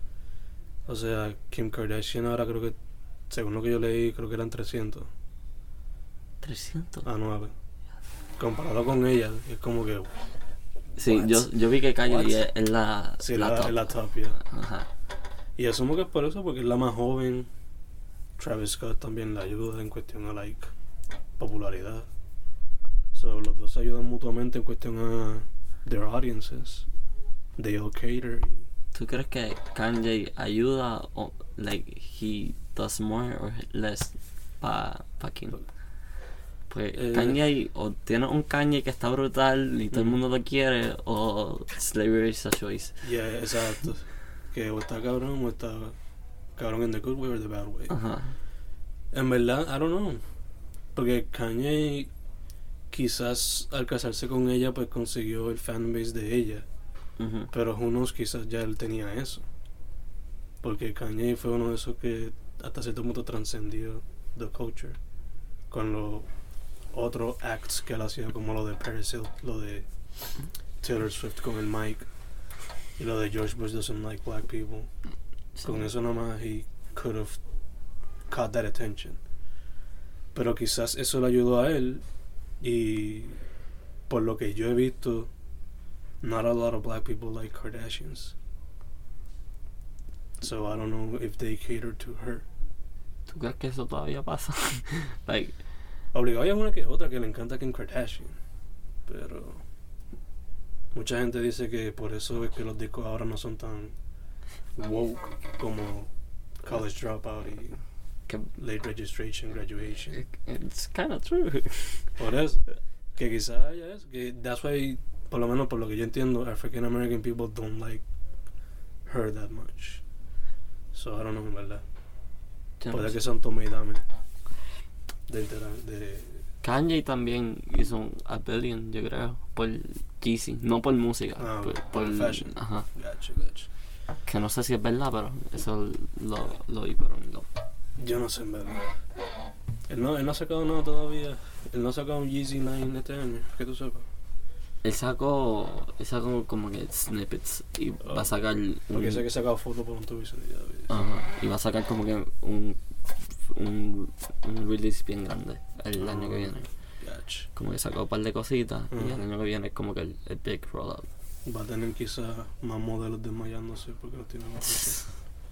O sea, Kim Kardashian ahora creo que, según lo que yo leí, creo que eran trescientos trescientos. anuales. Comparado con ella, es como que, Sí, What? yo, yo vi que Kylie What? es, es la, sí, la la, top. es la top, yeah. Ajá. Y asumo que es por eso, porque es la más joven. Travis Scott también la ayuda en cuestión a, like, popularidad. So, los dos se ayudan mutuamente en cuestión a their audiences. They all cater. ¿Tú crees que Kanye ayuda o like he does more or less pa, pa Kim? Pues Eh, Kanye o tiene un Kanye que está brutal y todo el Mm. mundo lo quiere o slavery is a choice. Yeah, exacto. Que o está cabrón o está cabrón in the good way or the bad way. Ajá. En verdad, I don't know. Porque Kanye quizás al casarse con ella pues consiguió el fanbase de ella. Ujú. Pero unos quizás ya él tenía eso. Porque Kanye fue uno de esos que hasta cierto punto trascendió the culture. Con los otros acts que él hacía, como lo de Paris Hilton, lo de Taylor Swift con el mic y lo de George Bush doesn't like black people. Sí. Con eso nomás he could have caught that attention. Pero quizás eso le ayudó a él y por lo que yo he visto, not a lot of black people like Kardashians. So I don't know if they cater to her. ¿Tú crees que eso todavía pasa? Like, Obligado hay una que otra que le encanta Kim Kardashian, pero mucha gente dice que por eso es que los discos ahora no son tan woke como College Dropout y que Late Registration, Graduation. it's kind of true. Por eso, que quizás haya eso, que that's why, por lo menos por lo que yo entiendo, African American people don't like her that much. So I don't know, en verdad. Yo no Puede sé. que son toma y dame de, de, de Kanye también hizo un a billion, yo creo, por Yeezy, no por música, Ah, por, por por fashion. Ajá. Gotcha, gotcha. Que no sé si es verdad, pero eso lo lo oí por un lado. Yo no sé, en verdad. Él no, él no ha sacado nada todavía. Él no ha sacado un Yeezy nueve este año, que tú sepas. Él sacó, él sacó como que snippets y Oh. va a sacar un, Porque sé que he sacado fotos por un tubo y se dio. ajá, y va a sacar como que un un, un release bien grande el Oh. año que viene. Gotcha. Como que sacó un par de cositas y Ajá. el año que viene es como que el, el big rollout. Va a tener quizás más modelos desmayándose porque los tiene más pesados.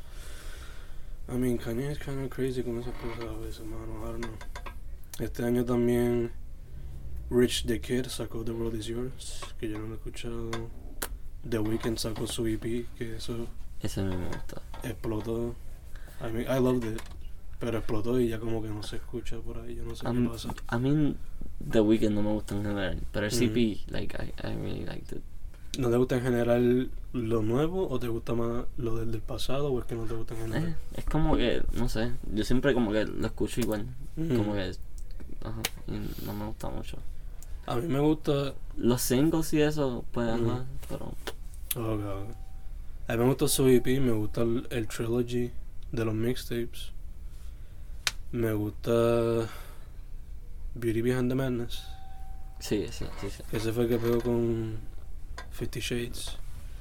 I mean, Kanye es kind of crazy con esas cosas a veces, mano. I don't know. Este año también Rich the Kid sacó The World Is Yours, que yo no lo he escuchado. The Weeknd sacó su E P, que eso Ese a mí me gusta. explotó. I mean, I loved it. Pero explotó y ya como que no se escucha por ahí, yo no sé A qué mí, pasa. a mí The Weeknd no me gusta en general, pero el Ujú. C P, like, I, I really liked it. ¿No te gusta en general lo nuevo o te gusta más lo del, del pasado o es que no te gusta en Eh, general? es como que, no sé, yo siempre como que lo escucho igual, Mm. como que, ajá, y no me gusta mucho. A mí me gusta... Los singles y eso, pues, Ujú. ajá, pero Oh, God. A mí me gusta su E P, me gusta el, el trilogy de los mixtapes. Me gusta Beauty Behind the Madness. sí, sí, sí, sí. Ese fue el que pegó con Fifty Shades.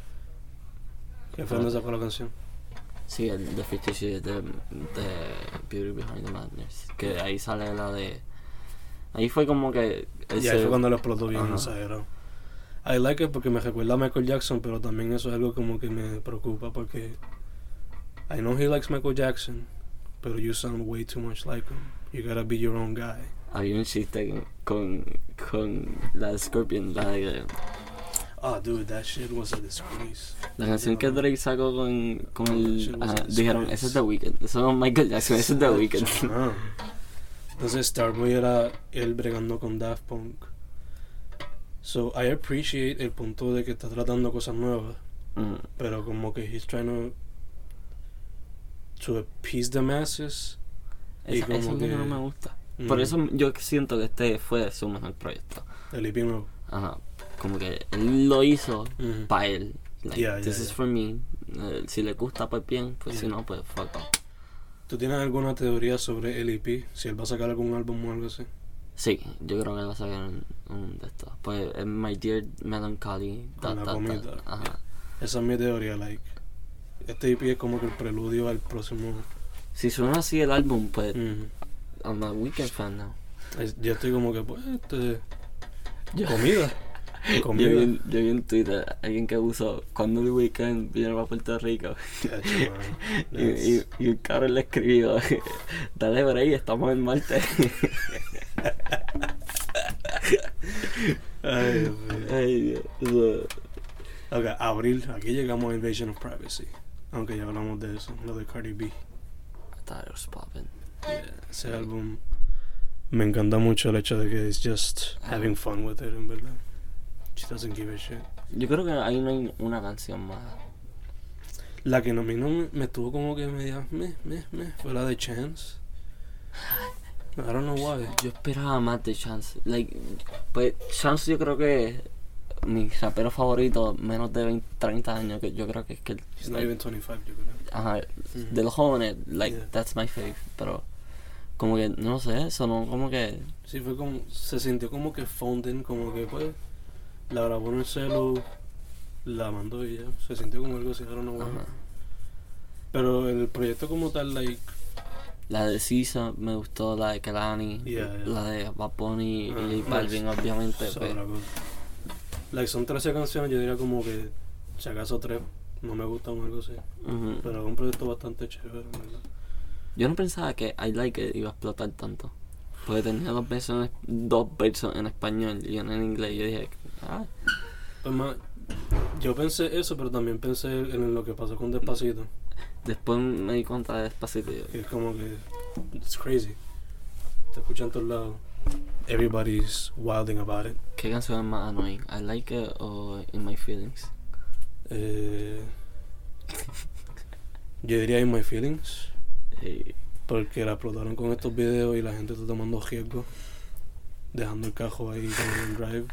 ¿Qué fue donde sacó la canción? Sí, el de Fifty Shades de, de Beauty Behind the Madness, que ahí sale la de, ahí fue como que Y ese, ahí fue cuando lo explotó bien Ajá. exagerado. I like it porque me recuerda a Michael Jackson, pero también eso es algo como que me preocupa porque I know he likes Michael Jackson, pero you sound way too much like him. You gotta be your own guy. había un chiste con, con la de Scorpion, la de Oh, dude, that shit was a disgrace. la canción que Drake sacó con, con Shit el, was ajá, a dijeron, disgrace. ese es The Weeknd, eso no es Michael Jackson, ese es The Weeknd. Ah. Entonces Starboy era él bregando con Daft Punk. So I appreciate el punto de que está tratando cosas nuevas, Mm, pero como que he's trying to to appease the masses. Y esa- como eso es lo que que- no me gusta. Mm, Por eso yo siento que este fue su mejor proyecto. el E P nuevo. Ajá, como que él lo hizo Mm. para él. Like, Yeah, this yeah, is yeah. for me. Eh, si le gusta, pues bien. Pues si Yeah. no, pues fuck off. ¿Tú tienes alguna teoría sobre el E P? Si él va a sacar algún álbum o algo así. Sí, yo creo que él va a sacar un, un de estos. Pues eh, My Dear Melancholy. Con la comida. Ajá. Esa es mi teoría, like. Este E P es como que el preludio al próximo. Si suena así el álbum, pues Mm. I'm a Weeknd fan now. Es- yo estoy como que, pues, este. Yo- Comida. Yo Comida. vi, en- yo vi en Twitter alguien que puso cuando el Weeknd viene para Puerto Rico. Chacho, mano. Y, y, y un cabrón le escribió, dale por ahí, estamos en Marte. Ay, Dios mío. Ay, Dios. Eso- Ok, abril, aquí llegamos a Invasion of Privacy. Aunque ya hablamos de eso, lo de Cardi B. I thought it was popping. Yeah, ese álbum me encanta mucho el hecho de que es just having fun with it, en verdad. She doesn't give a shit. Yo creo que ahí no hay una canción más. La que no, a mí no me, me estuvo como que media me, me, me, fue la de Chance. I don't know why. Yo esperaba más de Chance. Like, pues Chance yo creo que es mi rapero favorito, menos de veinte, treinta años, que yo creo que es que... He's not like, even twenty-five, yo creo. ajá, Mhm. de los jóvenes, like, Yeah. that's my fave. Pero, como que, no sé, sonó como que... Sí, fue como, se sintió como que phoned in, como que pues, la grabó en el celu, la mandó y ya. Se sintió como algo así, I don't know why. Ajá. Pero el proyecto como tal, like, La de Sisa me gustó, la de Kelani, Yeah, yeah. la de Bad Bunny Ah, y J Balvin, nice. obviamente. so, pues. otra cosa. Like, son trece canciones, yo diría como que, si acaso tres, no me gustan o algo así. Ujú. Pero es un proyecto bastante chévere, en verdad. Yo no pensaba que I Like It iba a explotar tanto. Porque tenía dos versos, en- dos versos en español y uno en inglés. Y yo dije, ah, Pues más, yo pensé eso, pero también pensé en lo que pasó con Despacito. después me di cuenta de Despacito. y yo, Que es como que, it's crazy. Te escuchan en todos lados. Everybody's wilding about it. ¿Qué canción es más annoying? I Like It o In My Feelings? Eh, yo diría In My Feelings, Eh, porque la explotaron con estos videos y la gente está tomando riesgo, dejando el cajo ahí con el drive.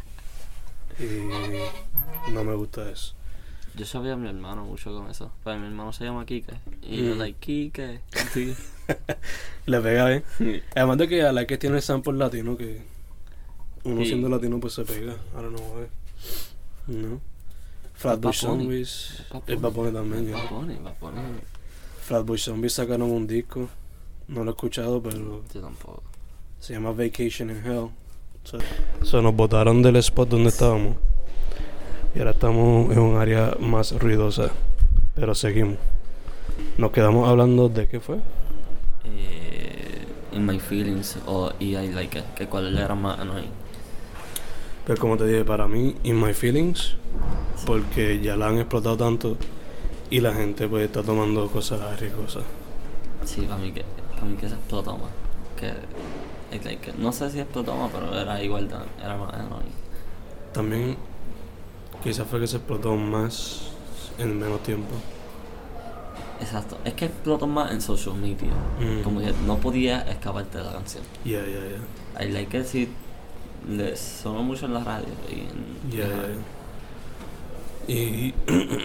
Y no me gusta eso. yo sabía a mi hermano mucho con eso. Pues mi hermano se llama Kike. Y yo, Mm. like, Kike. Sí. Le pega bien. Además de que a la que tiene el sample latino, que uno Sí. siendo latino pues se pega. I don't know why. No. Flatbush Bad Bunny. Zombies. Bad Es Bad Bunny también, ya. Bad Bunny, Bad Bunny. Flatbush Zombies sacaron un disco. No lo he escuchado, pero Yo tampoco. se llama Vacation in Hell. So, so nos botaron del spot donde estábamos. Y ahora estamos en un área más ruidosa. Pero seguimos. Nos quedamos hablando de qué fue. Eh, In My Feelings o E I Like It. Que cuál era más annoying. Pero como te dije, para mí, In My Feelings, porque ya la han explotado tanto y la gente pues está tomando cosas arriesgosas. Sí, para mí que, para mí que se explotó más. Que, I Like It. No sé si explotó más, pero era igual, de- era más annoying. También quizás fue que se explotó más en menos tiempo. Exacto. Es que explotó más en social media. Mm. Como que no podía escaparte de la canción. Yeah, yeah, yeah. I Like It sí le sonó mucho en la radio. Y en, Yeah, ajá. yeah. Y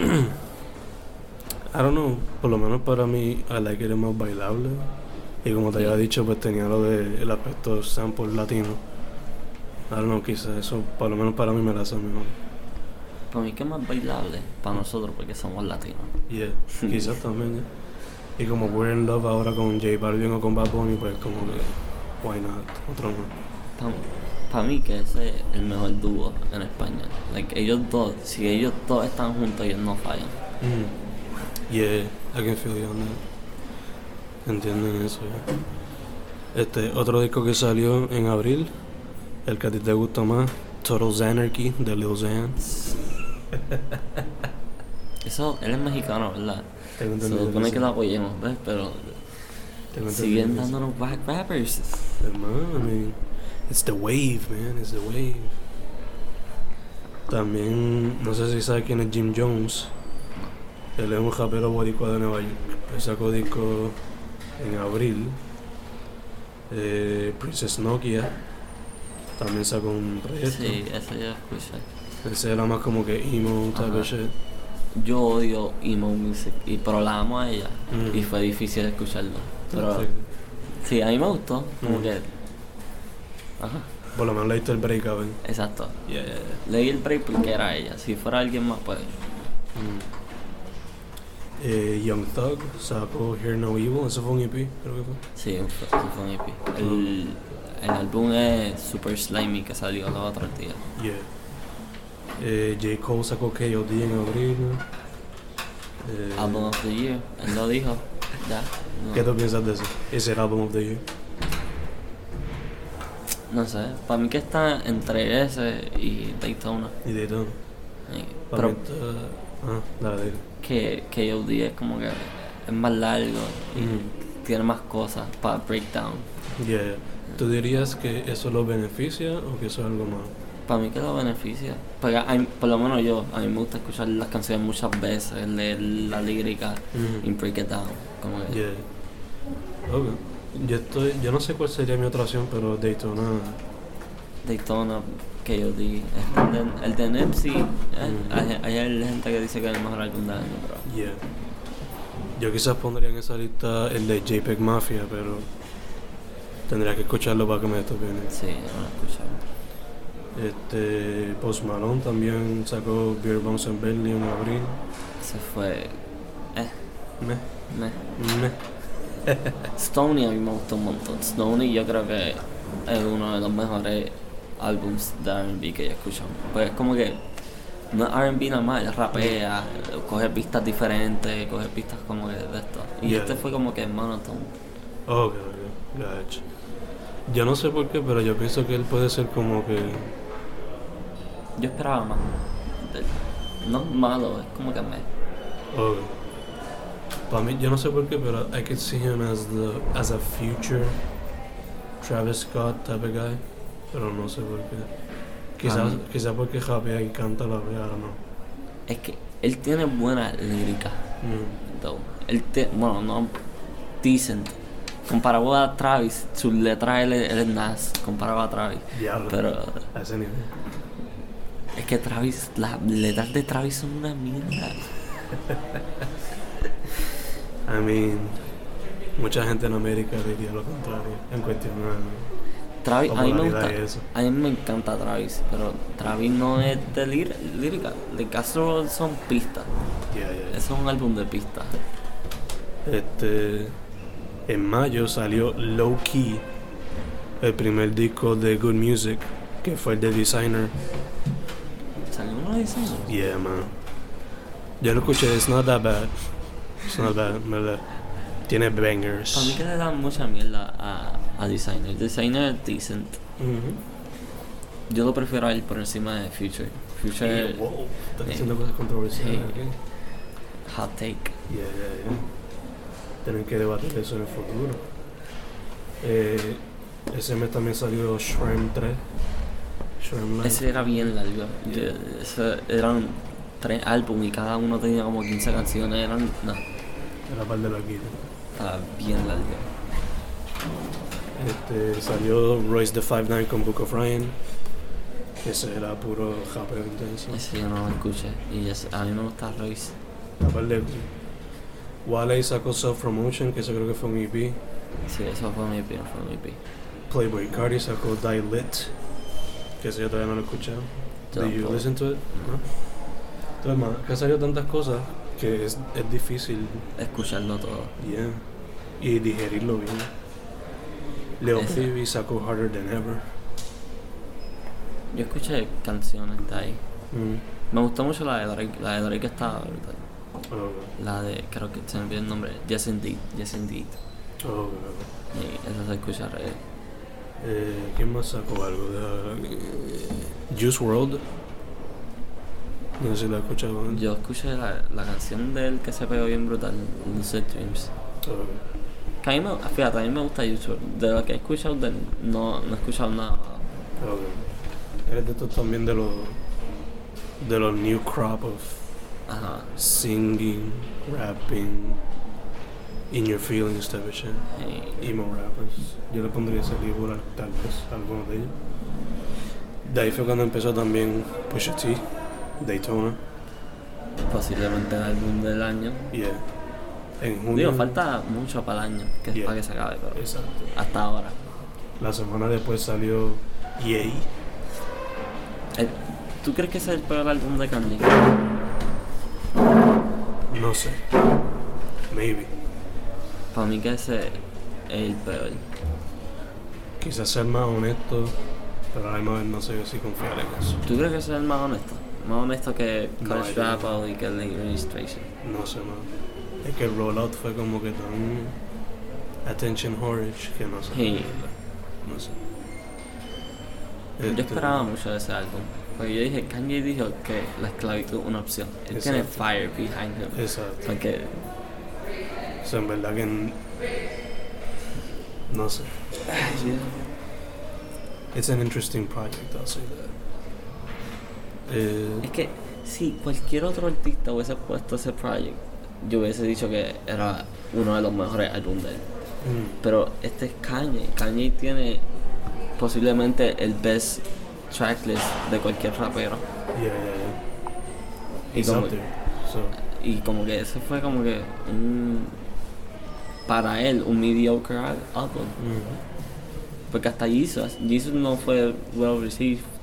I don't know, por lo menos para mí I Like It es más bailable. Y como te había dicho, pues tenía lo del aspecto sample latino. I don't know, quizás eso por lo menos para mí me la hace mejor. Para mí que es más bailable para nosotros porque somos latinos. Yeah, quizás también, yeah. Y como We're in Love ahora con J Balvin o con Bad Bunny, pues como que, why not, otro no. Para mí que ese es el mejor dúo en España. Like, ellos dos, si ellos dos están juntos, ellos no fallan. Mm. Yeah, I can feel you on that. Entienden eso, yeah. Este, otro disco que salió en abril, el que a ti te gusta más, Total Xanarchy, de Lil Xan. Eso, él es mexicano, ¿verdad? Tengo Se entendido supone que que sí. lo apoyemos, ¿ves? Pero Tengo entendido siguen que sí. dándonos whack rappers. Hermano, I mean, it's the wave, man, it's the wave. También, no sé si sabes quién es Jim Jones. Él es un rapero boricua de Nueva York. Él sacó disco en abril. Eh, Princess Nokia también sacó un proyecto. Sí, eso ya escuché. Ese era más como que emo type Ajá. of shit. Yo odio emo music, y, pero la amo a ella. Mm. Y fue difícil escucharlo. Pero Sí. sí, a mí me gustó. Como Mm. que. Ajá, Por lo menos leíste el break up, ¿eh? exacto. Yeah, yeah, yeah. Leí el break porque era ella. Si fuera alguien más, pues. Mm. Eh, Young Thug sacó Hear No Evil, eso fue un E P, creo que fue. Sí, fue, sí fue un E P. El, el álbum es Super Slimy que salió los otros días. Yeah. Eh, J. Cole sacó K O D en abril. Eh, Album of the Year, él lo dijo. Ya. No, ¿Qué tú piensas de eso? ¿Es el Album of the Year? no sé, para mí que está entre ese y Daytona. Y Daytona. Sí, Para Pero mí está- Ah, dale, dale. que K O D es como que es más largo y Mm. tiene más cosas para breakdown. Yeah, yeah. ¿Tú dirías que eso lo beneficia o que eso es algo malo? Para mí que lo beneficia. Porque a mí- por lo menos yo, a mí me gusta escuchar las canciones muchas veces, leer la lírica y Mm. break it down. Como que Yeah. Ok. Yo, estoy, yo no sé cuál sería mi otra opción, pero Daytona. Daytona, K O D, este, el de, el de Nipsey, eh, Mm. hay, hay gente que dice que es el mejor álbum del año, pero Yeah. Yo quizás pondría en esa lista el de JPEG Mafia, pero tendría que escucharlo para que me dé tu opinión. sí, no lo he escuchado. Este, Post Malone también sacó Beer Bones and Bentley en abril. Ese fue. Eh, Meh, meh. meh. Stoney a mí me gustó un montón. Stoney yo creo que es uno de los mejores álbums de R and B que yo he escuchado. Pues es como que no es R and B nada más, él rapea, coge pistas diferentes, coge pistas como que de esto. Y Yeah. este fue como que monotone. Oh, ok, ok, gotcha. Yo no sé por qué, pero yo pienso que él puede ser como que... Yo esperaba más de él. No es malo, es como que me. Oh, para mí, yo no sé por qué, pero I could see him as the as a future Travis Scott type of guy, pero no sé por qué. Quizás, Um, quizás porque rapea y canta la vez, ahora no. Es que él tiene buena lírica, Mm. though. Él te, bueno, no decent. Comparado a Travis, sus letras él, él es Nas, comparado a Travis. Diablo. Pero A ese nivel. es que Travis, las letras de Travis son una mierda. I mean, mucha gente en América diría lo contrario, en cuestión de Travis, a mí me popularidad gusta, y eso. a mí me encanta Travis, pero Travis no es de lír- lírica. De caso son pistas. Yeah, yeah, yeah. Eso es un álbum de pistas. Este, en mayo salió Low Key, el primer disco de Good Music, que fue el de Designer. ¿Salió uno de esos? Yeah, man. Yo lo escuché, it's not that bad. It's not bad, en verdad. Tiene Para mí bangers. que le dan mucha mierda a, a Designer. Designer es decent. Mhm. Yo lo prefiero a él por encima de Future. Future, Wow, estás eh, diciendo cosas controversiales eh, aquí. hot take. Yeah, yeah, yeah. Tienen que debatir eso en el futuro. Eh, ese mes también salió Shrem tres. Shrem Live. Ese era bien largo. Yo, ese eran tres álbumes y cada uno tenía como quince canciones. Eran, no, Era par de loquito. estaba bien largo. Este, salió Royce the five nine con Book of Ryan. Ese era puro rapeo intenso. Ese yo no lo escuché. Y ese- a mí me gusta Royce. La par de Wale sacó Self Promotion, que eso creo que fue un E P. Sí, eso fue mi opinión, fue mi opinión. Playboy Cardi sacó Die Lit, que ese yo todavía no lo he escuchado. Yo Did you tampoco. listen to it? No. Entonces, man, que han salido tantas cosas que es, es difícil, Escucharlo todo. yeah, y digerirlo bien. Leo Ese. Phoebe sacó Harder Than Ever. Yo escuché canciones de ahí. Mm. Me gustó mucho la de Drake. La de Drake estaba brutal. Oh, La de, creo que se me olvidó el nombre. Yes Indeed. Yes Indeed. oh, oh. Y eso se escucha re. Eh, ¿Quién más sacó algo? De, Juice world. No sé si lo has escuchado antes. Yo escuché la, la canción de él que se pegó bien brutal, Lucid Dreams. Oh, Que a mí me, fíjate, a mí me gusta YouTube. De lo que he escuchado de él, no, no he escuchado nada. oh. Eres de estos también de los de los new crop of Ajá. singing, rapping, in your feelings type of shit. Y, Emo rappers. Yo le pondría ese libro a- tal vez a alguno de ellos. De ahí fue cuando empezó también Pusha T, Daytona. posiblemente el álbum del año. Yeah. En junio. Digo, falta mucho para el año, que es Yeah. para que se acabe, pero Exacto. hasta ahora. La semana después salió Yay. Eh, ¿Tú crees que ese es el peor álbum de Kanye? No sé. Maybe. Para mí que ese es el peor. Quizás ser más honesto, pero a la misma vez no sé si confiar en eso. ¿Tú crees que ese es el más honesto? Más honesto que No, College yo- Dropout y que Late Registration. No sé más. Es que el rollout fue como que tan attention whorish que no sé. Sí. No sé. Yo Este, esperaba mucho de ese álbum. Porque yo dije, Kanye dijo que la esclavitud es una opción. Él tiene Exacto. fire behind him. Exacto. Porque, O sea, en verdad que n- no sé. It's an interesting project, I'll say that. Eh, es que si cualquier otro artista hubiese puesto ese project, yo hubiese dicho que era uno de los mejores álbumes de él. mm, Pero este es Kanye. Kanye tiene posiblemente el best tracklist de cualquier rapero. yeah, yeah, yeah. Y He's como, up there. So, y como que ese fue como que un, para él un mediocre al- álbum. mm, Porque hasta Jesus, Jesus no fue well received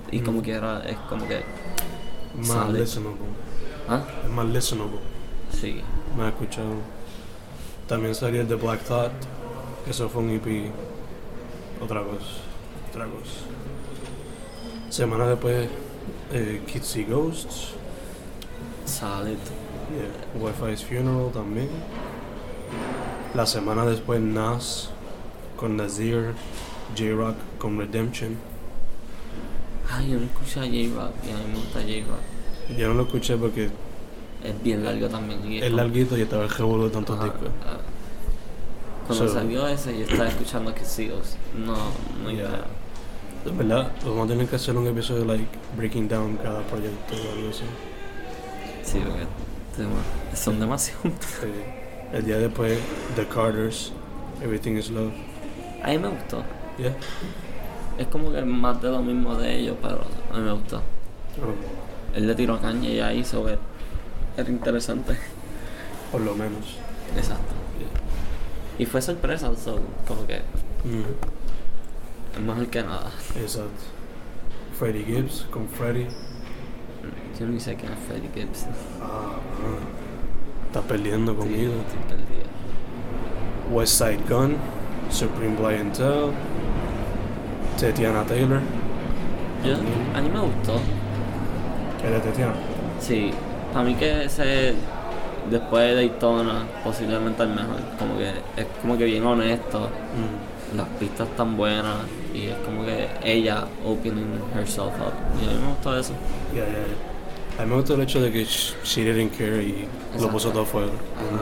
Y como Mm. que era, es como que, Más Sale. listenable. ¿ah? Es más listenable. Sí. Me he escuchado. También salió el de Black Thought. Eso fue un E P. Otra cosa. Otra cosa. Semana después, eh, Kids See Ghosts. Solid. Yeah. Wi-Fi's Funeral también. La semana después, Nas con Nazir. J-Rock con Redemption. Ay, yo no escuché a J-Rock y a mí me gusta J-Rock. Yo no lo escuché porque Es bien largo también. Y es como- larguito y estaba el revuelo de tantos Ajá, discos. ah. Cuando So- salió ese, yo estaba escuchando que Seagulls. No, no Yeah. idea. En verdad, vamos a tener que hacer un episodio like breaking down cada proyecto o algo así. Sí, porque tema- son demasiado. Eh, el día después, The Carters, Everything is Love. A mí me gustó. Yeah. Es como que más de lo mismo de ellos, pero a mí me gustó. Oh, Él le tiró caña y ya hizo ver. Era interesante. por lo menos. Exacto. Yeah. Y fue sorpresa, so, como que Mm, es mejor que nada. exacto. Freddie Gibbs con Freddie. Yo ni sé quién es Freddie Gibbs. Ah, ah. Está perdiendo conmigo. Estoy perdido. West Side Gun, Supreme Clientele, Tatiana Taylor. Yo, a mí me gustó. ¿Eres Tatiana? Sí, para mí que ese después de Daytona posiblemente el mejor. Como que es como que bien honesto. Mm. Las pistas tan buenas y es como que ella opening herself up. Y a mí me gustó eso. Yeah, yeah, yeah. A mí me gustó el hecho de que sh- she didn't care y lo Exacto. puso todo fuera. Ajá.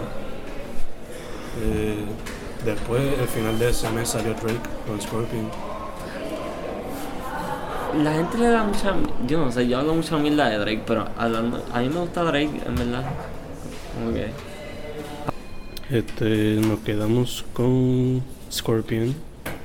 Eh, después, el final de ese mes salió Drake con Scorpion. La gente le da mucha, yo no sé, yo hablo mucha mierda de Drake, pero hablando, a mí me gusta Drake, en verdad. Como que, Este, nos quedamos con Scorpion.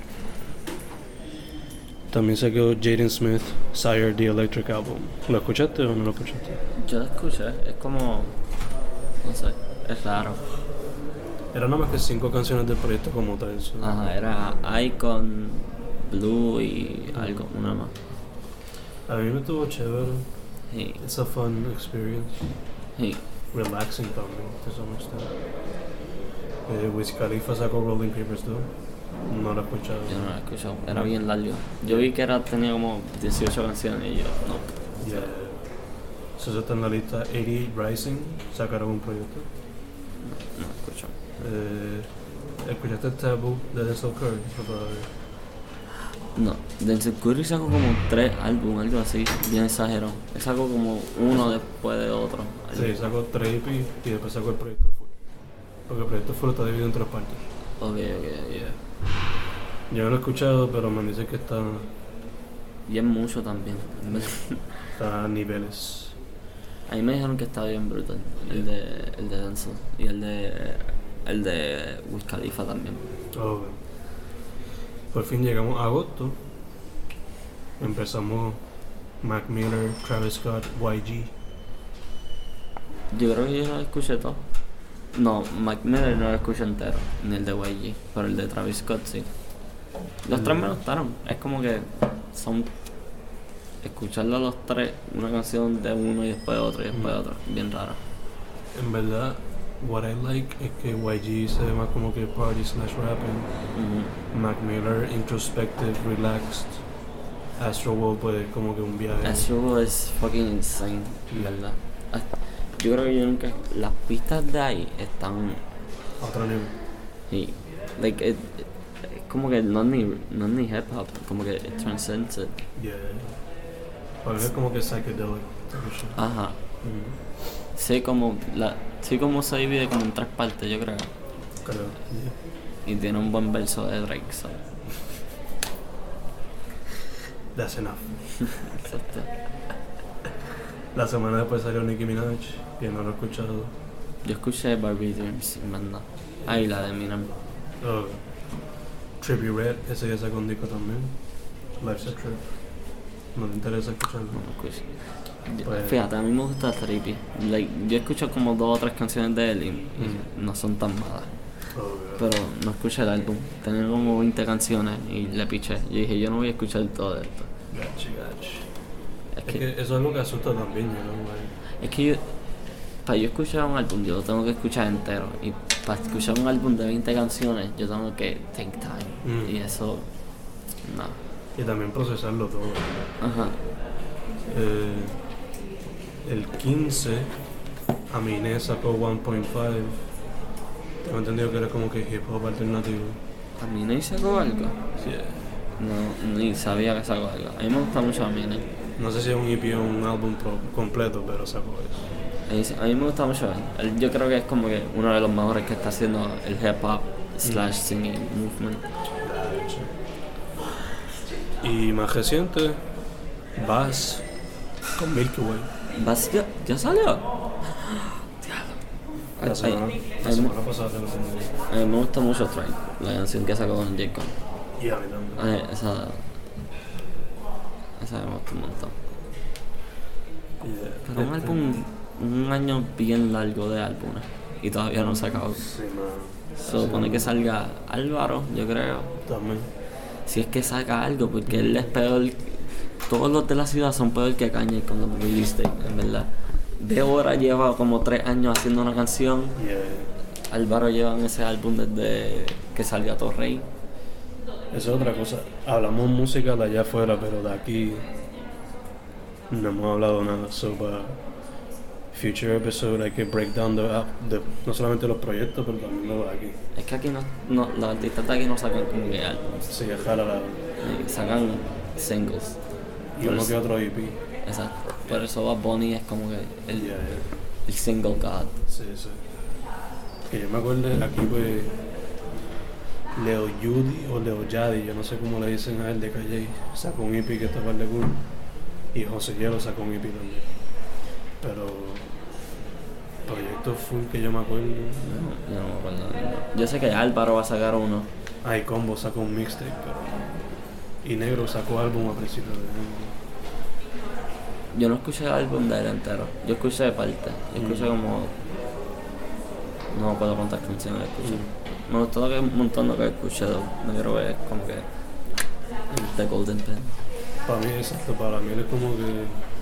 También salió Jaden Smith, Sire The Electric Album. ¿Lo escuchaste o no lo escuchaste? yo lo escuché, es como, no sé, es raro. Era nada más que cinco canciones del proyecto como tal. so- Ajá, era Icon, Blue y algo, una más. A mí me estuvo chévere. Sí, It's a fun experience. sí. Relaxing también, to some extent. Eh, Wiz Khalifa sacó Rolling Papers dos. No lo he escuchado. Yo no lo he escuchado, era bien largo. Yo vi que era, tenía como dieciocho canciones y yo, no. Yeah. So, eso está en la lista. ochenta y ocho Rising sacaron un proyecto. No lo escucho. Eh, ¿Escuchaste Taboo de Denzel Curry? O todavía? No, Denzel Curry sacó como tres álbumes, algo así, bien exagerado. Él sacó como uno después de otro. Sí, sacó tres E P y después sacó el proyecto full. Porque el proyecto full está dividido en tres partes. Ok, ok, Yeah. Yo no lo he escuchado, pero me dicen que está, y es mucho también. está a niveles. A mí me dijeron que estaba bien brutal, el de, el de Denzel. Y el de, el de Wiz Khalifa también. Oh, por fin llegamos a agosto. Empezamos Mac Miller, Travis Scott, Y G. Yo creo que yo lo escuché todo. No, Mac Miller no lo escuché entero, ni el de Y G, pero el de Travis Scott sí. Los tres me gustaron, es como que son escucharlo a los tres, una canción de uno y después de otro y después de otro, bien raro. En verdad, what I like es que Y G se ve más como que party slash rapping. Ujú. Mac Miller, introspective, relaxed. Astro World, pues como que un viaje. Eso es fucking insane, ¿verdad? Ah, Yo creo que yo nunca. Las pistas de ahí están. A otro nivel. Y. Like, it- it- es como que no es ni, no es ni hip hop, como que it transcends it. Yeah. Para mí es como que psychedelic. type shit. Ajá. Mm, Sí, como. La, sí, como se divide como en tres partes, yo creo. creo. Yeah. Y tiene un buen verso de Drake, so. That's enough. Exacto. La semana después salió Nicki Minaj, que no lo he escuchado. Yo escuché Barbie Dreams, en verdad. Ah, y la de Eminem. Oh. Trippie Red, ese ya sacó un disco también. Life's a Trip. ¿No te interesa escucharlo? No lo escuché. Yo- Pues- Fíjate, a mí me gusta Trippie. Like, yo escucho como dos o tres canciones de él y, y Mm. no son tan malas. Oh, Pero no escuché el álbum. Tenía como veinte canciones y le piché. Yo dije, yo no voy a escuchar todo esto. Gotcha, gotcha. Es Es que, que eso es lo que asusta también, you know, like, es que yo, para yo escuchar un álbum, yo lo tengo que escuchar entero. Y para escuchar un álbum de veinte canciones, yo tengo que take time. Mm. Y eso, no. y también procesarlo todo. Ajá. Eh, el quince, Aminé sacó uno punto cinco. Tengo entendido que era como que hip hop alternativo. ¿A mí no sacó algo? Yeah. No, ni sabía que sacó algo. A mí me gusta mucho a mí, ¿no? No sé si es un E P o un álbum pro- completo, pero sacó eso. A mí me gusta mucho él. Él- Yo creo que es como que uno de los mejores que está haciendo el hip hop slash singing movement. Y más reciente, Bass con Milky Way. ¿Vas ya, ya salió? La Ay, semana, ay, la ay, semana pasada tengo entendido. A mí me gusta mucho Train, la canción que sacó con J. Cole. Y a mí también. Ay, esa. Esa me gusta un montón. Yeah. Pero un Este- álbum, un año bien largo de álbumes y todavía no ha sacado. Sí, man. Se supone que salga Álvaro, yo creo. También. Si es que saca algo, porque él es peor. Todos los de la ciudad son peor que Kanye con los release date, en verdad. De ahora lleva como tres años haciendo una canción. Yeah. Álvaro lleva en ese álbum desde que salió a Torrey. Eso es otra cosa. Hablamos música de allá afuera, pero de aquí no hemos hablado nada. So, para future episode hay que break down the, the- no solamente los proyectos, pero también lo de aquí. Es que aquí no, no los artistas de aquí no sacan como que álbumes. Sí, jala la. Eh, Sacan singles. Y Por uno eso- que otro E P. Exacto. Por eso Bad Bunny es como que el, Yeah, yeah. el single god. Sí, sí. Que yo me acuerdo aquí, pues. Leo Yudi o Leo Yadi, yo no sé cómo le dicen a él de Calle, sacó un E P que está par de cool. Y José Hielo sacó un E P también. Pero. Proyectos full que yo me acuerdo. No, yo no me acuerdo de ninguno. Yo sé que Álvaro va a sacar uno. Ay, Combo sacó un mixtape, pero. Y Negro sacó álbum a principios de año. Yo no escuché el álbum de él entero. Yo escuché de parte. Yo escuché Mm. como. No me acuerdo cuántas canciones escuché. Mm. Me gustó lo que, un montón lo que escuché de Negro es como que. The Golden Pen. Para mí, exacto, para mí él es como que.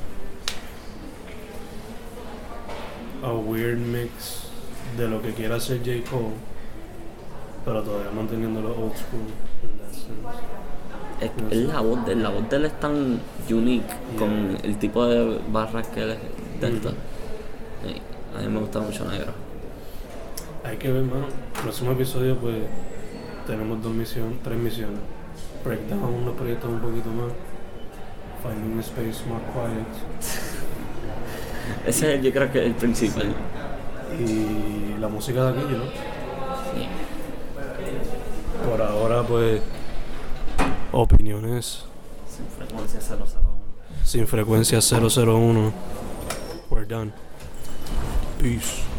A weird mix de lo que quiera hacer J. Cole, pero todavía manteniendo lo old school. In that sense. Es, es la voz de él, la voz de él es tan unique con el tipo de barras que él es delta. Sí, a mí me gusta mucho Negro. Hay que ver, mano. Próximo episodio, pues. Tenemos dos misiones, tres misiones. Breakdown los proyectos un poquito más. Finding a space more quiet. Ese es, yo creo que es el principal. Y la música de aquí, ¿no? Sí. Por ahora, pues. Opiniones Sin frecuencia cero cero uno. sin frecuencia cero cero uno. We're done. Peace.